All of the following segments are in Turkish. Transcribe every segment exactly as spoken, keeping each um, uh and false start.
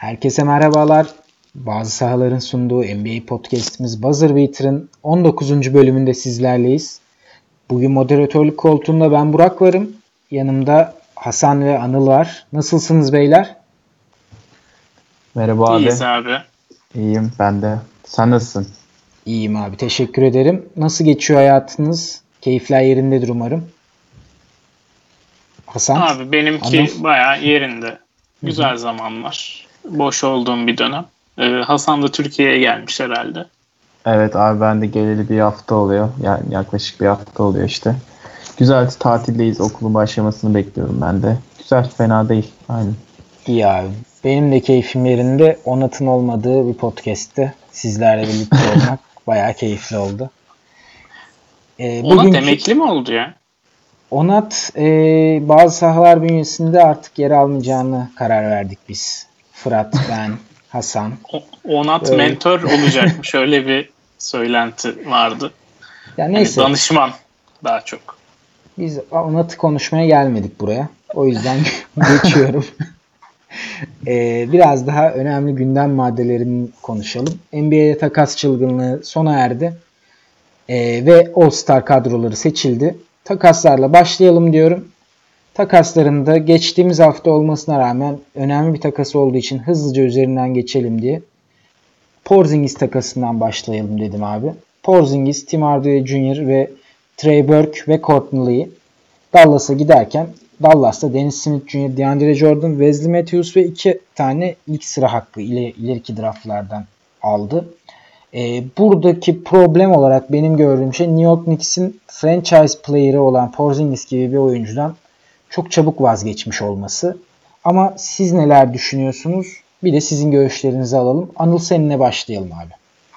Herkese merhabalar. Bazı sahaların sunduğu N B A podcast'imiz Buzzer Beater'ın on dokuzuncu bölümünde sizlerleyiz. Bugün moderatörlük koltuğunda ben Burak varım. Yanımda Hasan ve Anıl var. Nasılsınız beyler? Merhaba abi. İyiyiz abi. İyiyim ben de. Sen nasılsın? İyiyim abi, teşekkür ederim. Nasıl geçiyor hayatınız? Keyifler yerindedir umarım. Hasan? Abi benimki Anıl. Bayağı yerinde. Güzel Hı-hı. zamanlar. Boş olduğum bir dönem. Ee, Hasan da Türkiye'ye gelmiş herhalde. Evet abi, ben de geleli bir hafta oluyor. Yani yaklaşık bir hafta oluyor işte. Güzel, tatildeyiz. Okulun başlamasını bekliyorum ben de. Güzel, fena değil. Aynen. İyi abi. Benim de keyfim yerinde. Onat'ın olmadığı bir podcast'te sizlerle birlikte olmak bayağı keyifli oldu. Ee, Onat bugünkü... emekli mi oldu ya? Onat e, bazı sahalar bünyesinde artık yer almayacağını karar verdik biz. Fırat, ben, Hasan. O, Onat Böyle... mentor olacakmış. Öyle bir söylenti vardı. Ya neyse. Yani danışman daha çok. Biz Onat'ı konuşmaya gelmedik buraya. O yüzden geçiyorum. ee, biraz daha önemli gündem maddelerini konuşalım. N B A'de takas çılgınlığı sona erdi. Ee, ve All-Star kadroları seçildi. Takaslarla başlayalım diyorum. Takasların da geçtiğimiz hafta olmasına rağmen önemli bir takas olduğu için hızlıca üzerinden geçelim diye Porzingis takasından başlayalım dedim abi. Porzingis, Tim Hardaway Junior ve Trey Burke ve Courtney Lee Dallas'a giderken Dallas'ta Dennis Smith Junior, DeAndre Jordan, Wesley Matthews ve iki tane ilk sıra hakkı ileri, ileriki draftlardan aldı. Ee, buradaki problem olarak benim gördüğüm şey New York Knicks'in franchise player'ı olan Porzingis gibi bir oyuncudan çok çabuk vazgeçmiş olması. Ama siz neler düşünüyorsunuz? Bir de sizin görüşlerinizi alalım. Anıl, seninle başlayalım abi.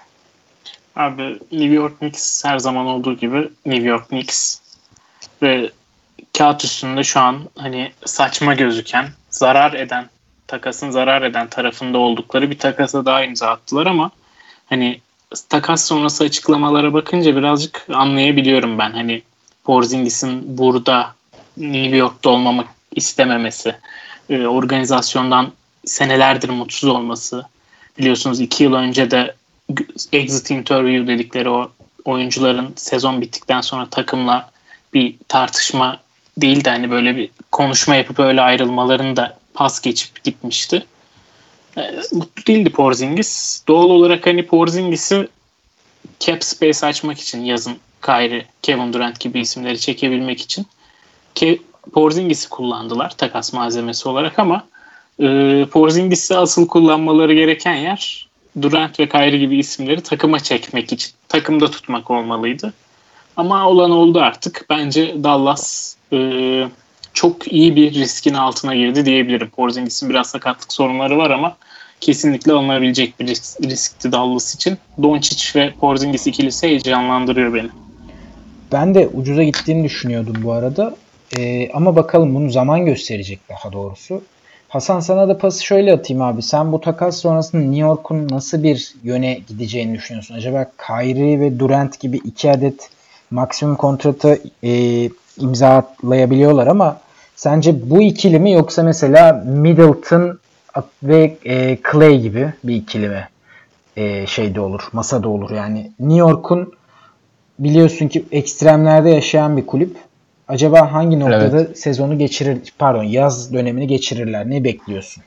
Abi New York Knicks her zaman olduğu gibi New York Knicks ve kağıt üstünde şu an hani saçma gözüken, zarar eden, takasın zarar eden tarafında oldukları bir takasa daha imza attılar ama hani takas sonrası açıklamalara bakınca birazcık anlayabiliyorum ben. Hani Porzingis'in burada New York'ta olmamak istememesi, e, organizasyondan senelerdir mutsuz olması. Biliyorsunuz iki yıl önce de exit interview dedikleri o oyuncuların sezon bittikten sonra takımla bir tartışma değil de hani böyle bir konuşma yapıp öyle ayrılmalarını da pas geçip gitmişti. E, mutlu değildi Porzingis. Doğal olarak hani Porzingis'i cap space açmak için yazın Kyrie, Kevin Durant gibi isimleri çekebilmek için Ke- Porzingis'i kullandılar takas malzemesi olarak ama e, Porzingis'i asıl kullanmaları gereken yer Durant ve Kyrie gibi isimleri takıma çekmek için, takımda tutmak olmalıydı. Ama olan oldu artık. Bence Dallas e, çok iyi bir riskin altına girdi diyebilirim. Porzingis'in biraz sakatlık sorunları var ama kesinlikle alınabilecek bir risk, riskti Dallas için. Doncic ve Porzingis ikilisi heyecanlandırıyor beni. Ben de ucuza gittiğini düşünüyordum bu arada. Ee, ama bakalım, bunu zaman gösterecek daha doğrusu. Hasan, sana da pası şöyle atayım abi. Sen bu takas sonrasında New York'un nasıl bir yöne gideceğini düşünüyorsun? Acaba Kyrie ve Durant gibi iki adet maksimum kontratı e, imzalayabiliyorlar ama sence bu ikili mi, yoksa mesela Middleton ve e, Clay gibi bir ikili mi e, şeyde olur, masada olur? Yani New York'un biliyorsun ki ekstremlerde yaşayan bir kulüp. Acaba hangi noktada evet. sezonu geçirir, pardon yaz dönemini geçirirler? Ne bekliyorsun?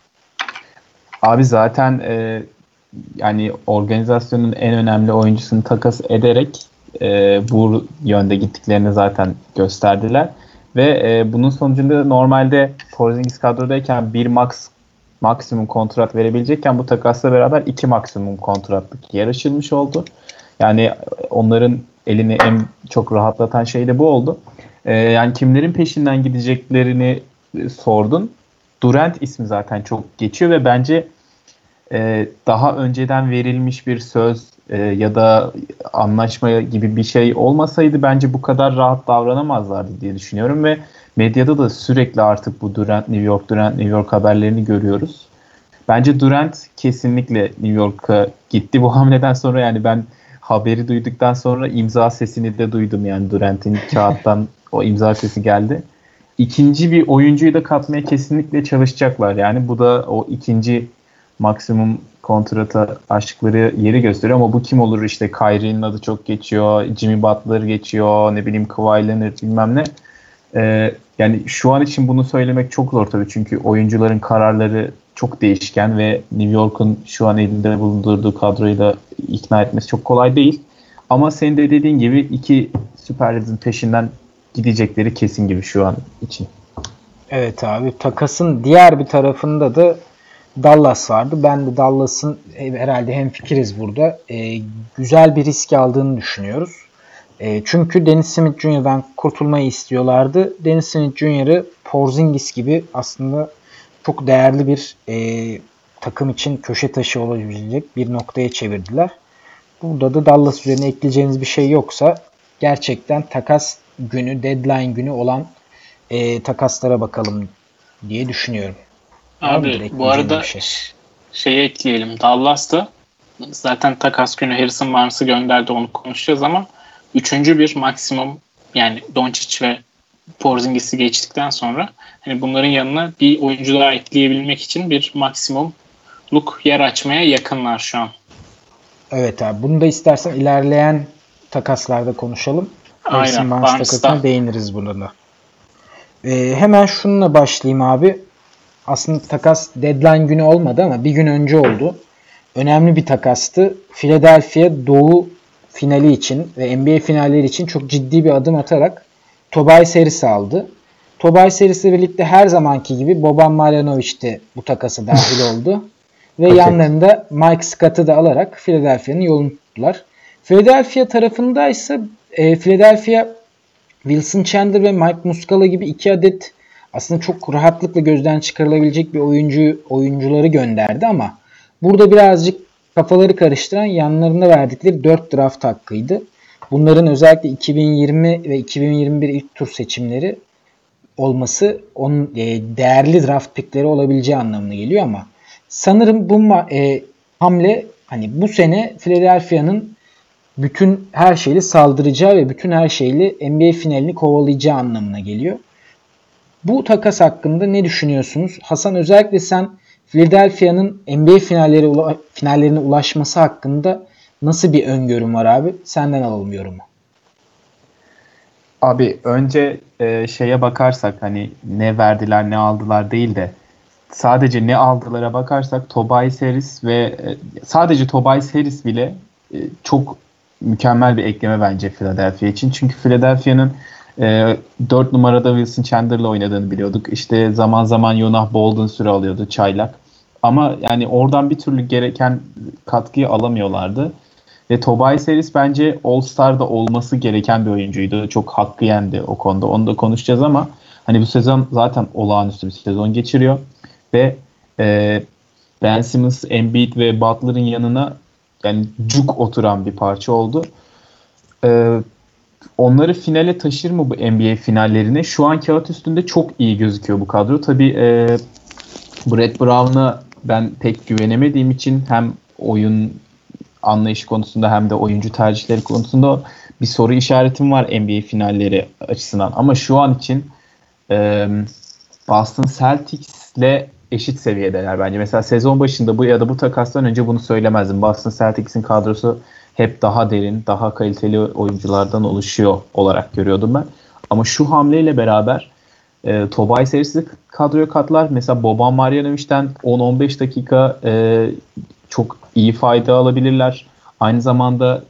Abi zaten e, yani organizasyonun en önemli oyuncusunu takas ederek e, bu yönde gittiklerini zaten gösterdiler. Ve e, bunun sonucunda normalde Porzingis kadrodayken bir max maksimum kontrat verebilecekken bu takasla beraber iki maksimum kontratlık yer açılmış oldu. Yani onların elini en çok rahatlatan şey de bu oldu. Ee, yani kimlerin peşinden gideceklerini e, sordun. Durant ismi zaten çok geçiyor ve bence e, daha önceden verilmiş bir söz e, ya da anlaşma gibi bir şey olmasaydı bence bu kadar rahat davranamazlardı diye düşünüyorum ve medyada da sürekli artık bu Durant New York Durant New York haberlerini görüyoruz. Bence Durant kesinlikle New York'a gitti bu hamleden sonra. Yani ben haberi duyduktan sonra imza sesini de duydum, yani Durant'in kağıttan o imza sesi geldi. İkinci bir oyuncuyu da katmaya kesinlikle çalışacaklar. Yani bu da o ikinci maksimum kontrata aşkları yeri gösteriyor ama bu kim olur? İşte Kyrie'nin adı çok geçiyor, Jimmy Butler geçiyor, ne bileyim Kawhi Leonard bilmem ne. Ee, yani şu an için bunu söylemek çok zor tabii çünkü oyuncuların kararları çok değişken ve New York'un şu an elinde bulundurduğu kadroyu da ikna etmesi çok kolay değil. Ama senin de dediğin gibi iki süper yıldızın peşinden gidecekleri kesin gibi şu an için. Evet abi, takasın diğer bir tarafında da Dallas vardı. Ben de Dallas'ın herhalde hemfikiriz burada. E, güzel bir risk aldığını düşünüyoruz. E, çünkü Dennis Smith Junior'dan kurtulmayı istiyorlardı. Dennis Smith Junior'ı Porzingis gibi aslında çok değerli bir e, takım için köşe taşı olabilecek bir noktaya çevirdiler. Burada da Dallas üzerine ekleyeceğiniz bir şey yoksa gerçekten takas günü, deadline günü olan e, takaslara bakalım diye düşünüyorum. Abi bu arada şey? şeyi ekleyelim. Dallas'ta zaten takas günü Harrison Barnes'ı gönderdi, onu konuşacağız ama üçüncü bir maksimum, yani Doncic ve Porzingis'i geçtikten sonra hani bunların yanına bir oyuncu daha ekleyebilmek için bir maksimumluk yer açmaya yakınlar şu an. Evet abi, bunu da istersen ilerleyen takaslarda konuşalım. Harrison Barnes takasına değiniriz burada da. Ee, hemen şununla başlayayım abi. Aslında takas deadline günü olmadı ama bir gün önce oldu. Önemli bir takastı. Philadelphia Doğu finali için ve N B A finalleri için çok ciddi bir adım atarak Tobias Harris'i aldı. Tobias Harris'le birlikte her zamanki gibi Boban Marjanovic de bu takasa dahil oldu. Ve okay. yanlarında Mike Scott'ı da alarak Philadelphia'nın yolunu tuttular. Philadelphia tarafındaysa e, Philadelphia Wilson Chandler ve Mike Muscala gibi iki adet aslında çok rahatlıkla gözden çıkarılabilecek bir oyuncu oyuncuları gönderdi ama burada birazcık kafaları karıştıran yanlarına verdikleri dört draft hakkıydı. Bunların özellikle iki bin yirmi ve iki bin yirmi bir ilk tur seçimleri olması onun e, değerli draft pickleri olabileceği anlamına geliyor ama sanırım bu e, hamle hani bu sene Philadelphia'nın bütün her şeyle saldıracağı ve bütün her şeyle N B A finalini kovalayacağı anlamına geliyor. Bu takas hakkında ne düşünüyorsunuz? Hasan, özellikle sen Philadelphia'nın N B A finalleri finallerine ulaşması hakkında nasıl bir öngörün var abi? Senden alalım yorumu. Abi önce e, şeye bakarsak hani ne verdiler ne aldılar değil de sadece ne aldılara bakarsak Tobias Harris ve e, sadece Tobias Harris bile e, çok mükemmel bir ekleme bence Philadelphia için. Çünkü Philadelphia'nın e, dört numarada Wilson Chandler'la oynadığını biliyorduk. İşte zaman zaman Jonah Bolden süre alıyordu, çaylak. Ama yani oradan bir türlü gereken katkıyı alamıyorlardı. Ve Tobias Harris bence All-Star'da olması gereken bir oyuncuydu. Çok hakkı yendi o konuda. Onu da konuşacağız ama hani bu sezon zaten olağanüstü bir sezon geçiriyor. Ve e, Ben Simmons, Embiid ve Butler'ın yanına yani cuk oturan bir parça oldu. E, onları finale taşır mı bu N B A finallerine? Şu an kağıt üstünde çok iyi gözüküyor bu kadro. Tabii e, Brett Brown'a ben pek güvenemediğim için hem oyun anlayışı konusunda hem de oyuncu tercihleri konusunda bir soru işaretim var N B A finalleri açısından. Ama şu an için e, Boston Celtics'le eşit seviyedeler bence. Mesela sezon başında bu ya da bu takastan önce bunu söylemezdim. Boston Celtics'in kadrosu hep daha derin, daha kaliteli oyunculardan oluşuyor olarak görüyordum ben. Ama şu hamleyle beraber e, Tobias Harris'i kadroya katlar. Mesela Boban Marjanovic'den on on beş dakika e, çok iyi fayda alabilirler. Aynı zamanda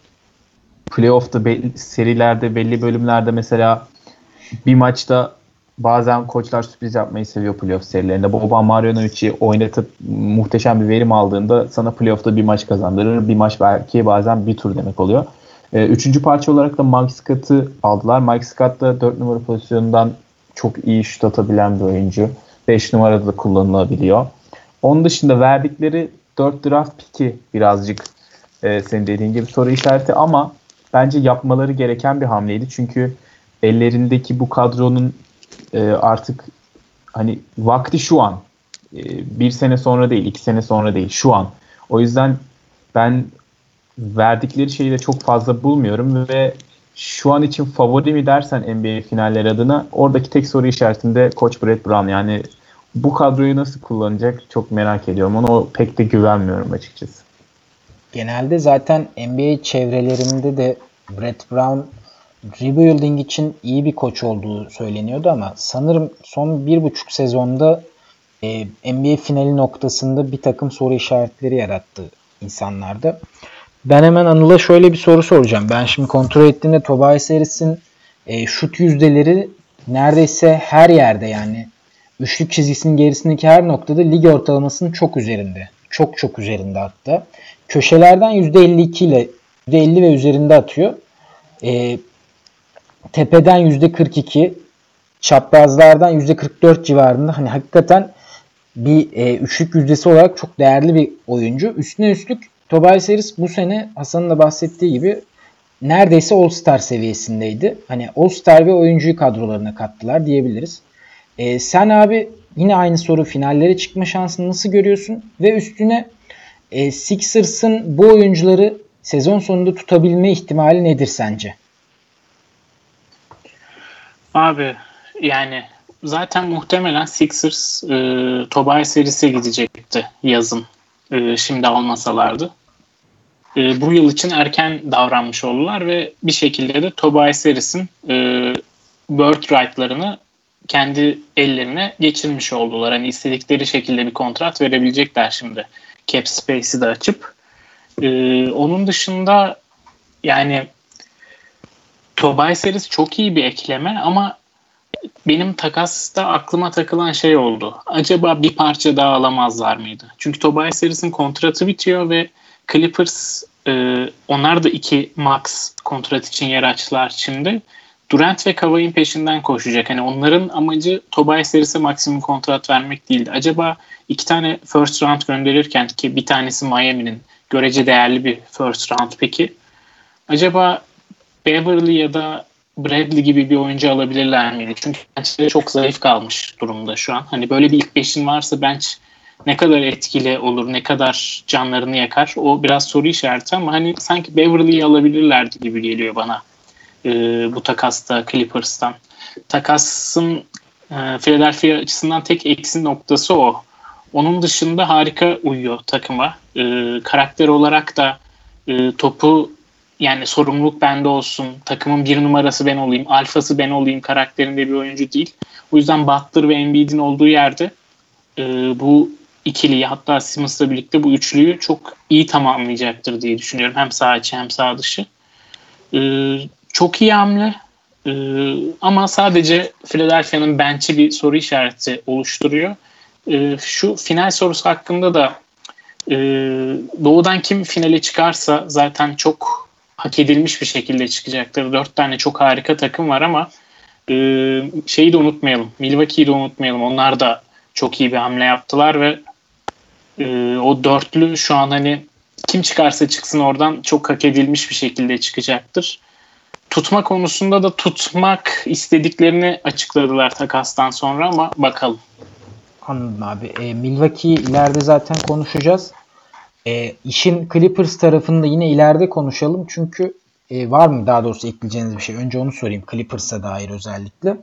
playoff'ta belli, serilerde belli bölümlerde mesela bir maçta bazen koçlar sürpriz yapmayı seviyor playoff serilerinde. Boban Marjanovic'i oynatıp muhteşem bir verim aldığında sana playoff'ta bir maç kazandırır. Bir maç belki bazen bir tur demek oluyor. Ee, üçüncü parça olarak da Mike Scott'ı aldılar. Mike Scott da dört numara pozisyonundan çok iyi şut atabilen bir oyuncu. beş numarada da kullanılabiliyor. Onun dışında verdikleri dört draft pick'i birazcık e, senin dediğin gibi soru işareti ama bence yapmaları gereken bir hamleydi. Çünkü ellerindeki bu kadronun e, artık hani vakti şu an. E, bir sene sonra değil, iki sene sonra değil, şu an. O yüzden ben verdikleri şeyi de çok fazla bulmuyorum ve şu an için favori mi dersen N B A finaller adına oradaki tek soru işaretinde Koç Brett Brown. Yani bu kadroyu nasıl kullanacak çok merak ediyorum. Ona pek de güvenmiyorum açıkçası. Genelde zaten N B A çevrelerinde de Brett Brown rebuilding için iyi bir koç olduğu söyleniyordu ama sanırım son bir buçuk sezonda e, N B A finali noktasında bir takım soru işaretleri yarattı insanlarda. Ben hemen Anıl'a şöyle bir soru soracağım. Ben şimdi kontrol ettiğimde Tobias Harris'in e, şut yüzdeleri neredeyse her yerde, yani üçlük çizgisinin gerisindeki her noktada lig ortalamasının çok üzerinde. Çok çok üzerinde hatta. Köşelerden yüzde elli iki ile yüzde elli ve üzerinde atıyor. E, tepeden yüzde kırk iki, çaprazlardan yüzde kırk dört civarında. Hani hakikaten bir e, üçlük yüzdesi olarak çok değerli bir oyuncu. Üstüne üstlük Tobias Harris bu sene Hasan'ın da bahsettiği gibi neredeyse All-Star seviyesindeydi. Hani All-Star bir oyuncuyu kadrolarına kattılar diyebiliriz. E, sen abi yine aynı soru, finallere çıkma şansını nasıl görüyorsun? Ve üstüne e, Sixers'ın bu oyuncuları sezon sonunda tutabilme ihtimali nedir sence? Abi yani zaten muhtemelen Sixers e, Tobias Harris'e gidecekti yazın. E, şimdi almasalardı. E, bu yıl için erken davranmış oldular ve bir şekilde de Tobias Harris'in e, birthright'larını kendi ellerine geçirmiş oldular. Hani istedikleri şekilde bir kontrat verebilecekler şimdi. Cap space'i de açıp. E, onun dışında yani Tobias Harris çok iyi bir ekleme ama benim takasta aklıma takılan şey oldu. Acaba bir parça daha alamazlar mıydı? Çünkü Tobias Harris'in kontratı bitiyor ve Clippers e, onlar da iki max kontrat için yer açtılar şimdi. Durant ve Kawhi'nin peşinden koşacak. Hani onların amacı Tobias Harris'e maksimum kontrat vermek değildi. Acaba iki tane first round gönderirken, ki bir tanesi Miami'nin görece değerli bir first round, peki acaba Beverly ya da Bradley gibi bir oyuncu alabilirler miydi? Çünkü bench'te çok zayıf kalmış durumda şu an. Hani böyle bir ilk beşin varsa bench ne kadar etkili olur, ne kadar canlarını yakar, o biraz soru işareti ama hani sanki Beverly'yi alabilirlerdi gibi geliyor bana e, bu takasta Clippers'tan. Takasın e, Philadelphia açısından tek eksi noktası o. Onun dışında harika uyuyor takıma. E, karakter olarak da e, topu, yani sorumluluk bende olsun, takımın bir numarası ben olayım, alfası ben olayım karakterinde bir oyuncu değil. O yüzden Butler ve Embiid'in olduğu yerde e, bu ikiliyi, hatta Simmons'la birlikte bu üçlüyü çok iyi tamamlayacaktır diye düşünüyorum. Hem sağ içi hem sağ dışı. E, çok iyi hamle. E, ama sadece Philadelphia'nın bench'i bir soru işareti oluşturuyor. E, şu final sorusu hakkında da e, Doğu'dan kim finale çıkarsa zaten çok hak edilmiş bir şekilde çıkacaktır. Dört tane çok harika takım var ama e, şeyi de unutmayalım. Milwaukee'yi de unutmayalım. Onlar da çok iyi bir hamle yaptılar ve e, o dörtlü şu an hani kim çıkarsa çıksın oradan çok hak edilmiş bir şekilde çıkacaktır. Tutma konusunda da tutmak istediklerini açıkladılar takastan sonra ama bakalım. Anladım abi. E, Milwaukee'yi ileride zaten konuşacağız. E, işin Clippers tarafında yine ileride konuşalım. Çünkü e, var mı daha doğrusu ekleyeceğiniz bir şey? Önce onu sorayım. Clippers'a dair özellikle.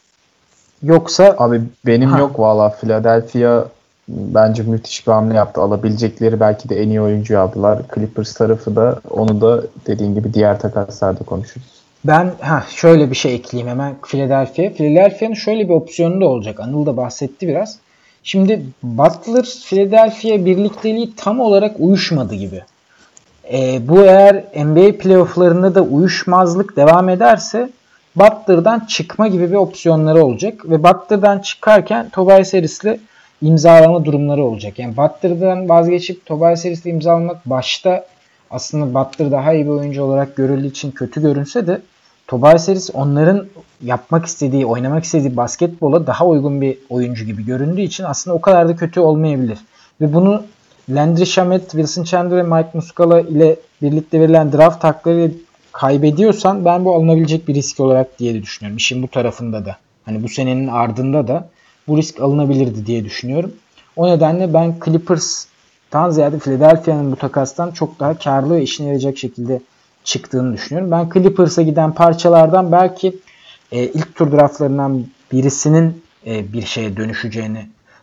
Yoksa Abi benim ha. yok valla. Philadelphia bence müthiş bir hamle yaptı. Alabilecekleri belki de en iyi oyuncuyu aldılar. Clippers tarafı da, onu da dediğin gibi diğer takaslarda konuşuruz. Ben ha şöyle bir şey ekleyeyim hemen Philadelphia. Philadelphia'nın şöyle bir opsiyonu da olacak. Anıl da bahsetti biraz. Şimdi Butler Philadelphia birlikteliği tam olarak uyuşmadı gibi. E, bu eğer N B A playofflarında da uyuşmazlık devam ederse Butler'dan çıkma gibi bir opsiyonları olacak. Ve Butler'dan çıkarken Tobias Harris'le imzalama durumları olacak. Yani Butler'dan vazgeçip Tobias Harris'le imzalamak başta aslında Butler daha iyi bir oyuncu olarak görüldüğü için kötü görünse de Tobias Harris onların yapmak istediği, oynamak istediği basketbola daha uygun bir oyuncu gibi göründüğü için aslında o kadar da kötü olmayabilir. Ve bunu Landry Shamet, Wilson Chandler ve Mike Muscala ile birlikte verilen draft hakları kaybediyorsan ben bu alınabilecek bir risk olarak diye de düşünüyorum. İşin bu tarafında da. Hani bu senenin ardında da bu risk alınabilirdi diye düşünüyorum. O nedenle ben Clippers'tan ziyade Philadelphia'nın bu takastan çok daha karlı ve işine yarayacak şekilde çıktığını düşünüyorum. Ben Clippers'a giden parçalardan belki e, ilk tur draftlarından birisinin e, bir şeye dönüşeceğini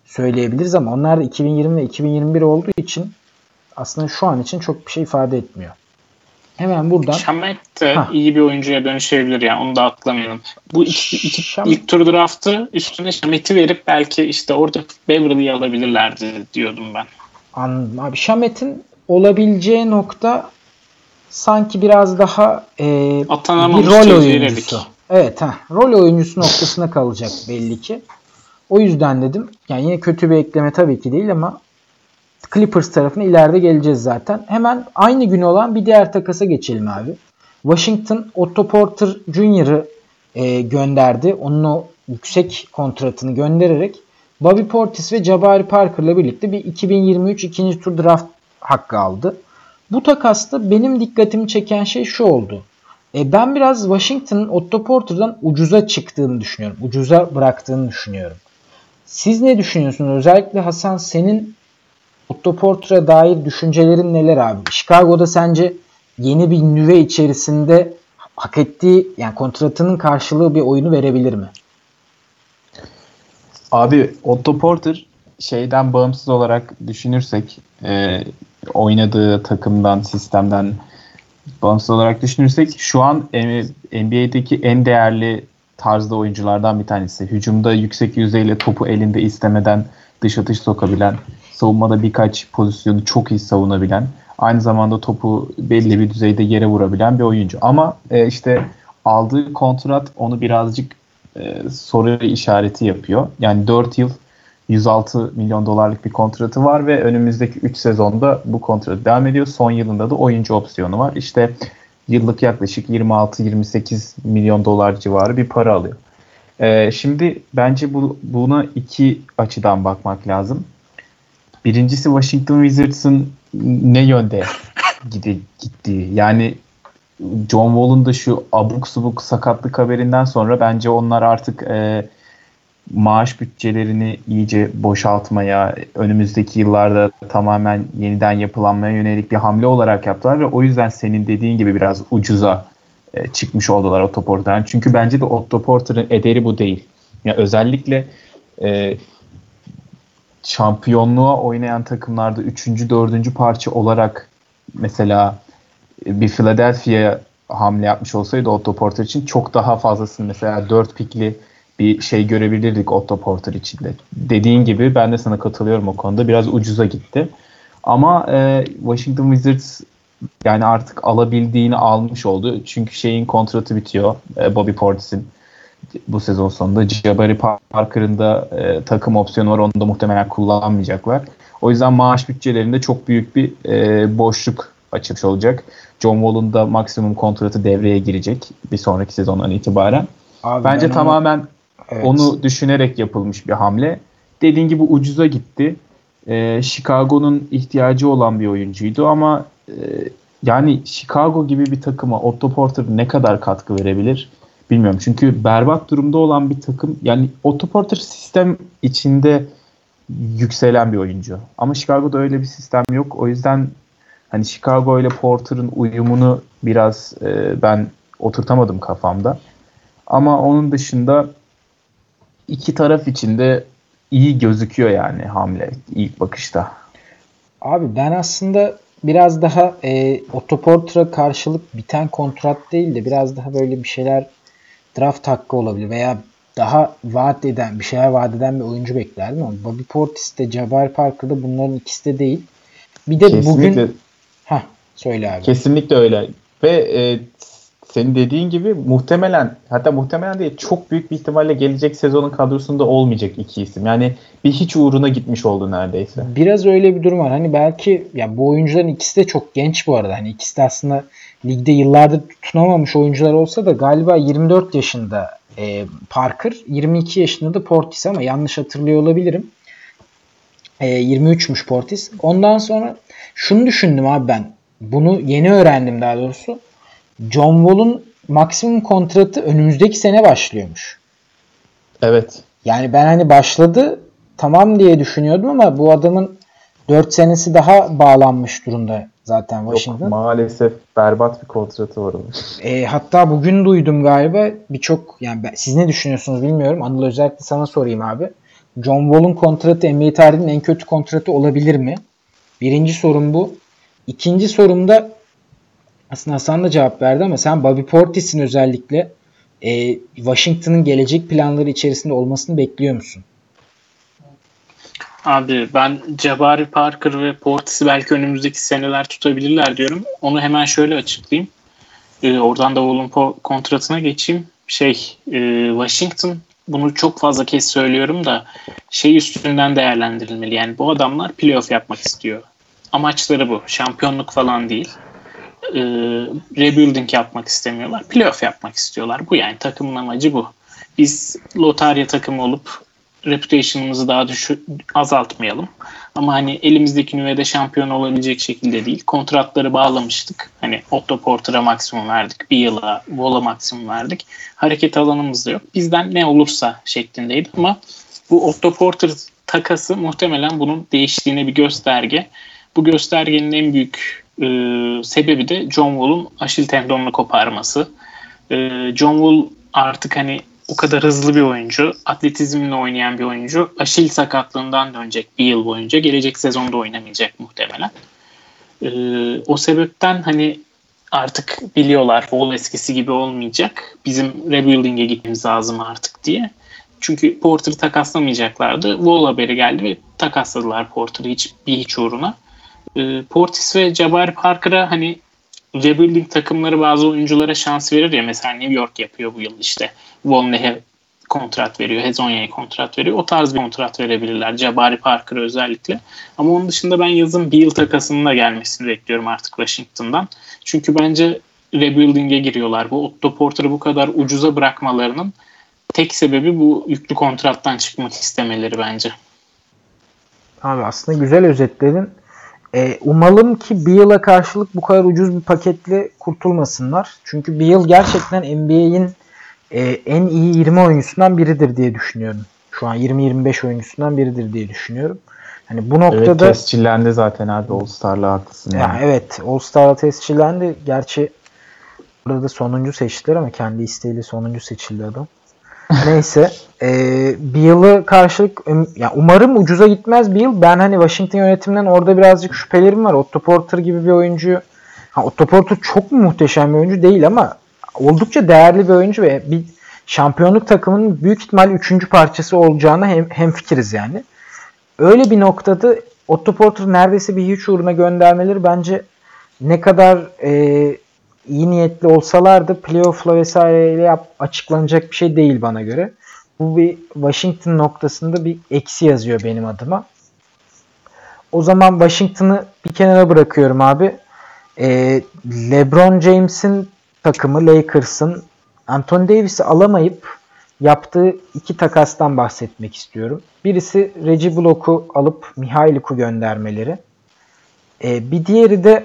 söyleyebiliriz ama onlar da iki bin yirmi ve iki bin yirmi bir olduğu için aslında şu an için çok bir şey ifade etmiyor. Hemen buradan. Şamet de Hah. iyi bir oyuncuya dönüşebilir yani, onu da atlamayalım. Bu iki, iki Şam- ilk tur draftı üstüne Şamet'i verip belki işte orada Beverly'yi alabilirlerdi diyordum ben. Anladım abi. Şamet'in olabileceği nokta sanki biraz daha e, bir Atanamamış rol J J oyuncusu. Redick. Evet, ha, rol oyuncusu noktasına kalacak belli ki. O yüzden dedim. Yani yine kötü bir ekleme tabii ki değil ama Clippers tarafına ileride geleceğiz zaten. Hemen aynı gün olan bir diğer takasa geçelim abi. Washington Otto Porter Junior'ı e, gönderdi. Onun o yüksek kontratını göndererek Bobby Portis ve Jabari Parker'la birlikte bir iki bin yirmi üç ikinci tur draft hakkı aldı. Bu takasta benim dikkatimi çeken şey şu oldu. E, ben biraz Washington'ın Otto Porter'dan ucuza çıktığını düşünüyorum. Ucuza bıraktığını düşünüyorum. Siz ne düşünüyorsunuz? Özellikle Hasan, senin Otto Porter'a dair düşüncelerin neler abi? Chicago'da sence yeni bir nüve içerisinde hak ettiği, yani kontratının karşılığı bir oyunu verebilir mi? Abi Otto Porter şeyden bağımsız olarak düşünürsek, e, oynadığı takımdan, sistemden bağımsız olarak düşünürsek şu an N B A'deki en değerli tarzda oyunculardan bir tanesi. Hücumda yüksek yüzdeyle topu elinde istemeden dış atış sokabilen, savunmada birkaç pozisyonu çok iyi savunabilen, aynı zamanda topu belli bir düzeyde yere vurabilen bir oyuncu. Ama e, işte aldığı kontrat onu birazcık e, soru işareti yapıyor. Yani dört yıl yüz altı milyon dolarlık bir kontratı var ve önümüzdeki üç sezonda bu kontrat devam ediyor. Son yılında da oyuncu opsiyonu var. İşte yıllık yaklaşık yirmi altı yirmi sekiz milyon dolar civarı bir para alıyor. Ee, şimdi bence bu, buna iki açıdan bakmak lazım. Birincisi Washington Wizards'ın ne yönde gidi, gittiği. Yani John Wall'un da şu abuk subuk sakatlık haberinden sonra bence onlar artık e, maaş bütçelerini iyice boşaltmaya, önümüzdeki yıllarda tamamen yeniden yapılanmaya yönelik bir hamle olarak yaptılar ve o yüzden senin dediğin gibi biraz ucuza e, çıkmış oldular Otto Porter'dan. Çünkü bence de Otto Porter'ın ederi bu değil. Yani özellikle e, şampiyonluğa oynayan takımlarda üçüncü, dördüncü parça olarak mesela bir Philadelphia'ya hamle yapmış olsaydı Otto Porter için çok daha fazlasını, mesela dört pikli bir şey görebilirdik Otto Porter için de. Dediğin gibi ben de sana katılıyorum o konuda. Biraz ucuza gitti. Ama e, Washington Wizards yani artık alabildiğini almış oldu. Çünkü şeyin kontratı bitiyor. E, Bobby Portis'in bu sezon sonunda. Jabari Parker'ın da e, takım opsiyonu var. Onu da muhtemelen kullanmayacaklar. O yüzden maaş bütçelerinde çok büyük bir e, boşluk açılmış olacak. John Wall'un da maksimum kontratı devreye girecek bir sonraki sezondan itibaren. Abi Bence tamamen onu, evet. onu düşünerek yapılmış bir hamle. Dediğin gibi ucuza gitti. Ee, Chicago'nun ihtiyacı olan bir oyuncuydu ama e, yani Chicago gibi bir takıma Otto Porter ne kadar katkı verebilir bilmiyorum. Çünkü berbat durumda olan bir takım, yani Otto Porter sistem içinde yükselen bir oyuncu. Ama Chicago'da öyle bir sistem yok. O yüzden hani Chicago ile Porter'ın uyumunu biraz e, ben oturtamadım kafamda. Ama onun dışında iki taraf için de iyi gözüküyor yani hamle ilk bakışta. Abi ben aslında biraz daha e, Otto Porter'a karşılık biten kontrat değil de biraz daha böyle bir şeyler, draft hakkı olabilir veya daha vaat eden, bir şeyler vaat eden bir oyuncu beklerdim ama Bobby Portis de Jabari Parker'da bunların ikisi de değil. Bir de Kesinlikle, bugün ha söyle abi. kesinlikle öyle. Ve e, senin dediğin gibi muhtemelen, hatta muhtemelen değil, çok büyük bir ihtimalle gelecek sezonun kadrosunda olmayacak iki isim. Yani bir hiç uğruna gitmiş oldu neredeyse. Biraz öyle bir durum var. Hani belki ya bu oyuncuların ikisi de çok genç bu arada. Hani ikisi de aslında ligde yıllardır tutunamamış oyuncular olsa da galiba yirmi dört yaşında e, Parker, yirmi iki yaşında da Portis ama yanlış hatırlıyor olabilirim. E, yirmi üçmüş Portis. Ondan sonra şunu düşündüm abi ben. Bunu yeni öğrendim daha doğrusu. John Wall'un maksimum kontratı önümüzdeki sene başlıyormuş. Evet. Yani ben hani başladı tamam diye düşünüyordum ama bu adamın dört senesi daha bağlanmış durumda zaten Washington. Yok, maalesef berbat bir kontratı var onun. E, hatta bugün duydum galiba birçok, yani ben, siz ne düşünüyorsunuz bilmiyorum. Anıl, özellikle sana sorayım abi. John Wall'un kontratı N B A tarihinin en kötü kontratı olabilir mi? Birinci sorum bu. İkinci sorum da aslında Hasan da cevap verdi ama sen Bobby Portis'in özellikle e, Washington'ın gelecek planları içerisinde olmasını bekliyor musun? Abi ben Jabari Parker ve Portis'i belki önümüzdeki seneler tutabilirler diyorum. Onu hemen şöyle açıklayayım. Ee, oradan da Wall'un po- kontratına geçeyim. Şey, e, Washington, bunu çok fazla kez söylüyorum da şey üstünden değerlendirilmeli. Yani bu adamlar playoff yapmak istiyor. Amaçları bu. Şampiyonluk falan değil. Ee, rebuilding yapmak istemiyorlar. Playoff yapmak istiyorlar. Bu yani takımın amacı bu. Biz lotarya takımı olup reputation'ımızı daha düşü- azaltmayalım. Ama hani elimizdeki nüvede şampiyon olabilecek şekilde değil. Kontratları bağlamıştık. Hani Otto Porter'a maksimum verdik. Bir yıla Wall'a maksimum verdik. Hareket alanımız da yok. Bizden ne olursa şeklindeydi ama bu Otto Porter takası muhtemelen bunun değiştiğine bir gösterge. Bu göstergenin en büyük e, sebebi de John Wall'un Aşil tendonunu koparması. E, John Wall artık hani o kadar hızlı bir oyuncu, atletizmle oynayan bir oyuncu. Aşil sakatlığından dönecek bir yıl boyunca. Gelecek sezonda oynamayacak muhtemelen. Ee, o sebepten hani artık biliyorlar Wall eskisi gibi olmayacak. Bizim rebuilding'e gitmemiz lazım artık diye. Çünkü Porter'ı takaslamayacaklardı. Wall haberi geldi ve takasladılar Porter'ı hiç bir hiç uğruna. Ee, Portis ve Jabari Parker'a hani rebuilding takımları bazı oyunculara şans verir ya, mesela New York yapıyor bu yıl işte. Vonleh'e kontrat veriyor, Hezonya'ya kontrat veriyor. O tarz bir kontrat verebilirler. Jabari Parker'a özellikle. Ama onun dışında ben yazın bir yıl takasının da gelmesini bekliyorum artık Washington'dan. Çünkü bence rebuilding'e giriyorlar. Bu Otto Porter'ı bu kadar ucuza bırakmalarının tek sebebi bu yüklü kontrattan çıkmak istemeleri bence. Abi aslında güzel özetledin. E, umalım ki bir yıla karşılık bu kadar ucuz bir paketle kurtulmasınlar. Çünkü bir yıl gerçekten N B A'in e, en iyi yirmi oyuncusundan biridir diye düşünüyorum. Şu an yirmi yirmi beş oyuncusundan biridir diye düşünüyorum. Hani bu noktada evet, tescillendi zaten abi, All-Star'la haklısın. Ya Yani. evet, All-Star'la tescillendi. Gerçi burada sonuncu seçtiler ama kendi isteğiyle sonuncu seçildi adam. Neyse. E, bir yılı karşılık ya umarım ucuza gitmez bir yıl. Ben hani Washington yönetiminden orada birazcık şüphelerim var. Otto Porter gibi bir oyuncu. Ha, Otto Porter çok mu muhteşem bir oyuncu değil ama oldukça değerli bir oyuncu ve bir şampiyonluk takımının büyük ihtimal üçüncü parçası olacağına hem, hemfikiriz yani. Öyle bir noktada Otto Porter neredeyse bir hiç uğruna göndermeleri bence ne kadar e, iyi niyetli olsalar da playoff'la vesaireyle yap, açıklanacak bir şey değil bana göre. Bu bir Washington noktasında bir eksi yazıyor benim adıma. O zaman Washington'ı bir kenara bırakıyorum abi. E, LeBron James'in takımı Lakers'ın Anthony Davis'i alamayıp yaptığı iki takastan bahsetmek istiyorum. Birisi Reggie Bullock'u alıp Mihailik'u göndermeleri. E, bir diğeri de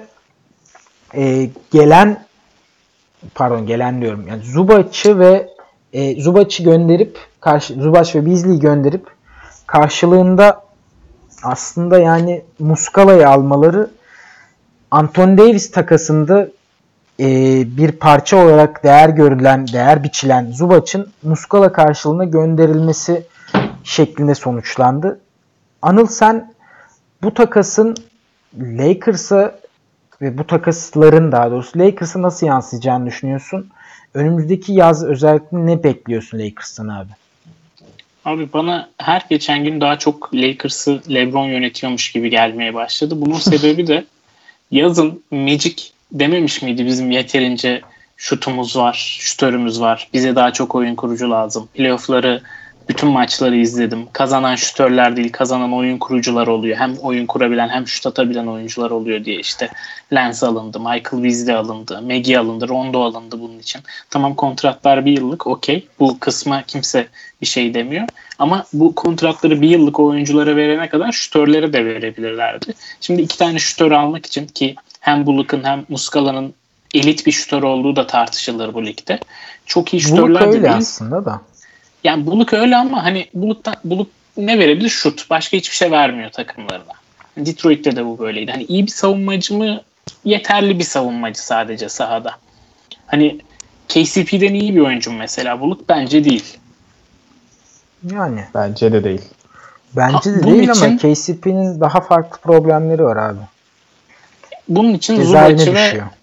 e, gelen pardon gelen diyorum. Yani Zubac'ı ve e, Zubac'ı gönderip karşı Zubac ve Beasley'i gönderip karşılığında aslında yani Muscala'yı almaları Anthony Davis takasında e, bir parça olarak değer görülen, değer biçilen Zubac'ın Muscala karşılığında gönderilmesi şeklinde sonuçlandı. Anıl, sen bu takasın Lakers'a ve bu takasların daha doğrusu Lakers'a nasıl yansıyacağını düşünüyorsun? Önümüzdeki yaz özellikle ne bekliyorsun Lakers'tan abi? Abi bana her geçen gün daha çok Lakers'ı LeBron yönetiyormuş gibi gelmeye başladı. Bunun sebebi de yazın Magic dememiş miydi bizim yeterince şutumuz var, şutörümüz var. Bize daha çok oyun kurucu lazım. Playoff'ları, bütün maçları izledim. Kazanan şutörler değil, kazanan oyun kurucular oluyor. Hem oyun kurabilen hem şut atabilen oyuncular oluyor diye işte Lance alındı, Michael Beasley alındı, Maggie alındı, Rondo alındı bunun için. Tamam, kontratlar bir yıllık, okey. Bu kısma kimse bir şey demiyor. Ama bu kontratları bir yıllık oyunculara verene kadar şutörlere de verebilirlerdi. Şimdi iki tane şutör almak için, ki hem Bullock'un hem Muscala'nın elit bir şutör olduğu da tartışılır bu ligde. Çok iyi şutörler de öyle değil. aslında da. Yani Bullock öyle ama hani Bullock'tan, Bullock ne verebilir? Şut. Başka hiçbir şey vermiyor takımlarına. Detroit'te de bu böyleydi. Hani iyi bir savunmacı mı? Yeterli bir savunmacı sadece sahada. Hani K C P'den iyi bir oyuncu mu mesela Bullock? Bence değil. Yani. Bence de değil. Bence de Ha, değil için, ama K C P'nin daha farklı problemleri var abi. Bunun için Cezaevine Zubac'ı ve düşüyor.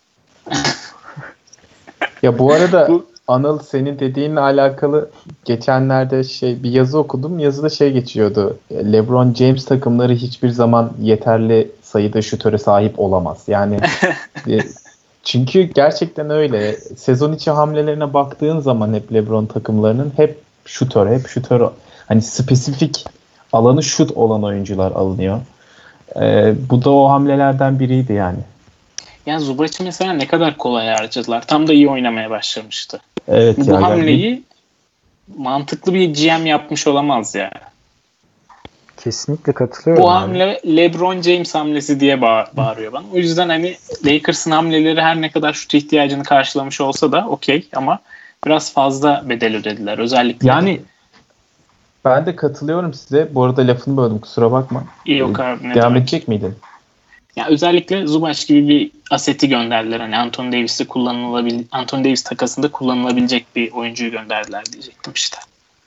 Ya bu arada Bu- Anıl senin dediğinle alakalı geçenlerde şey bir yazı okudum. Yazıda şey geçiyordu. LeBron James takımları hiçbir zaman yeterli sayıda şutöre sahip olamaz. Yani e, çünkü gerçekten öyle. Sezon içi hamlelerine baktığın zaman hep LeBron takımlarının hep şutör, hep şutör. Hani spesifik alanı şut olan oyuncular alınıyor. Ee, bu da o hamlelerden biriydi yani. Yani Zubac'ı mesela ne kadar kolay harcadılar. Tam da iyi oynamaya başlamıştı. Evet Bu ya, hamleyi yani mantıklı bir G M yapmış olamaz ya. Kesinlikle katılıyorum Bu abi. hamle LeBron James hamlesi diye bağ- bağırıyor bana. O yüzden hani Lakers'ın hamleleri her ne kadar şut ihtiyacını karşılamış olsa da okey ama biraz fazla bedel ödediler. Özellikle yani ben de katılıyorum size. Bu arada lafını böldüm, kusura bakma. iyi yok abi ne Devam demek. edecek miydin? Ya özellikle Zubac gibi bir aseti gönderdiler. Hani Anthony Davis'te kullanılabil Anthony Davis takasında kullanılabilecek bir oyuncuyu gönderdiler diyecektim işte.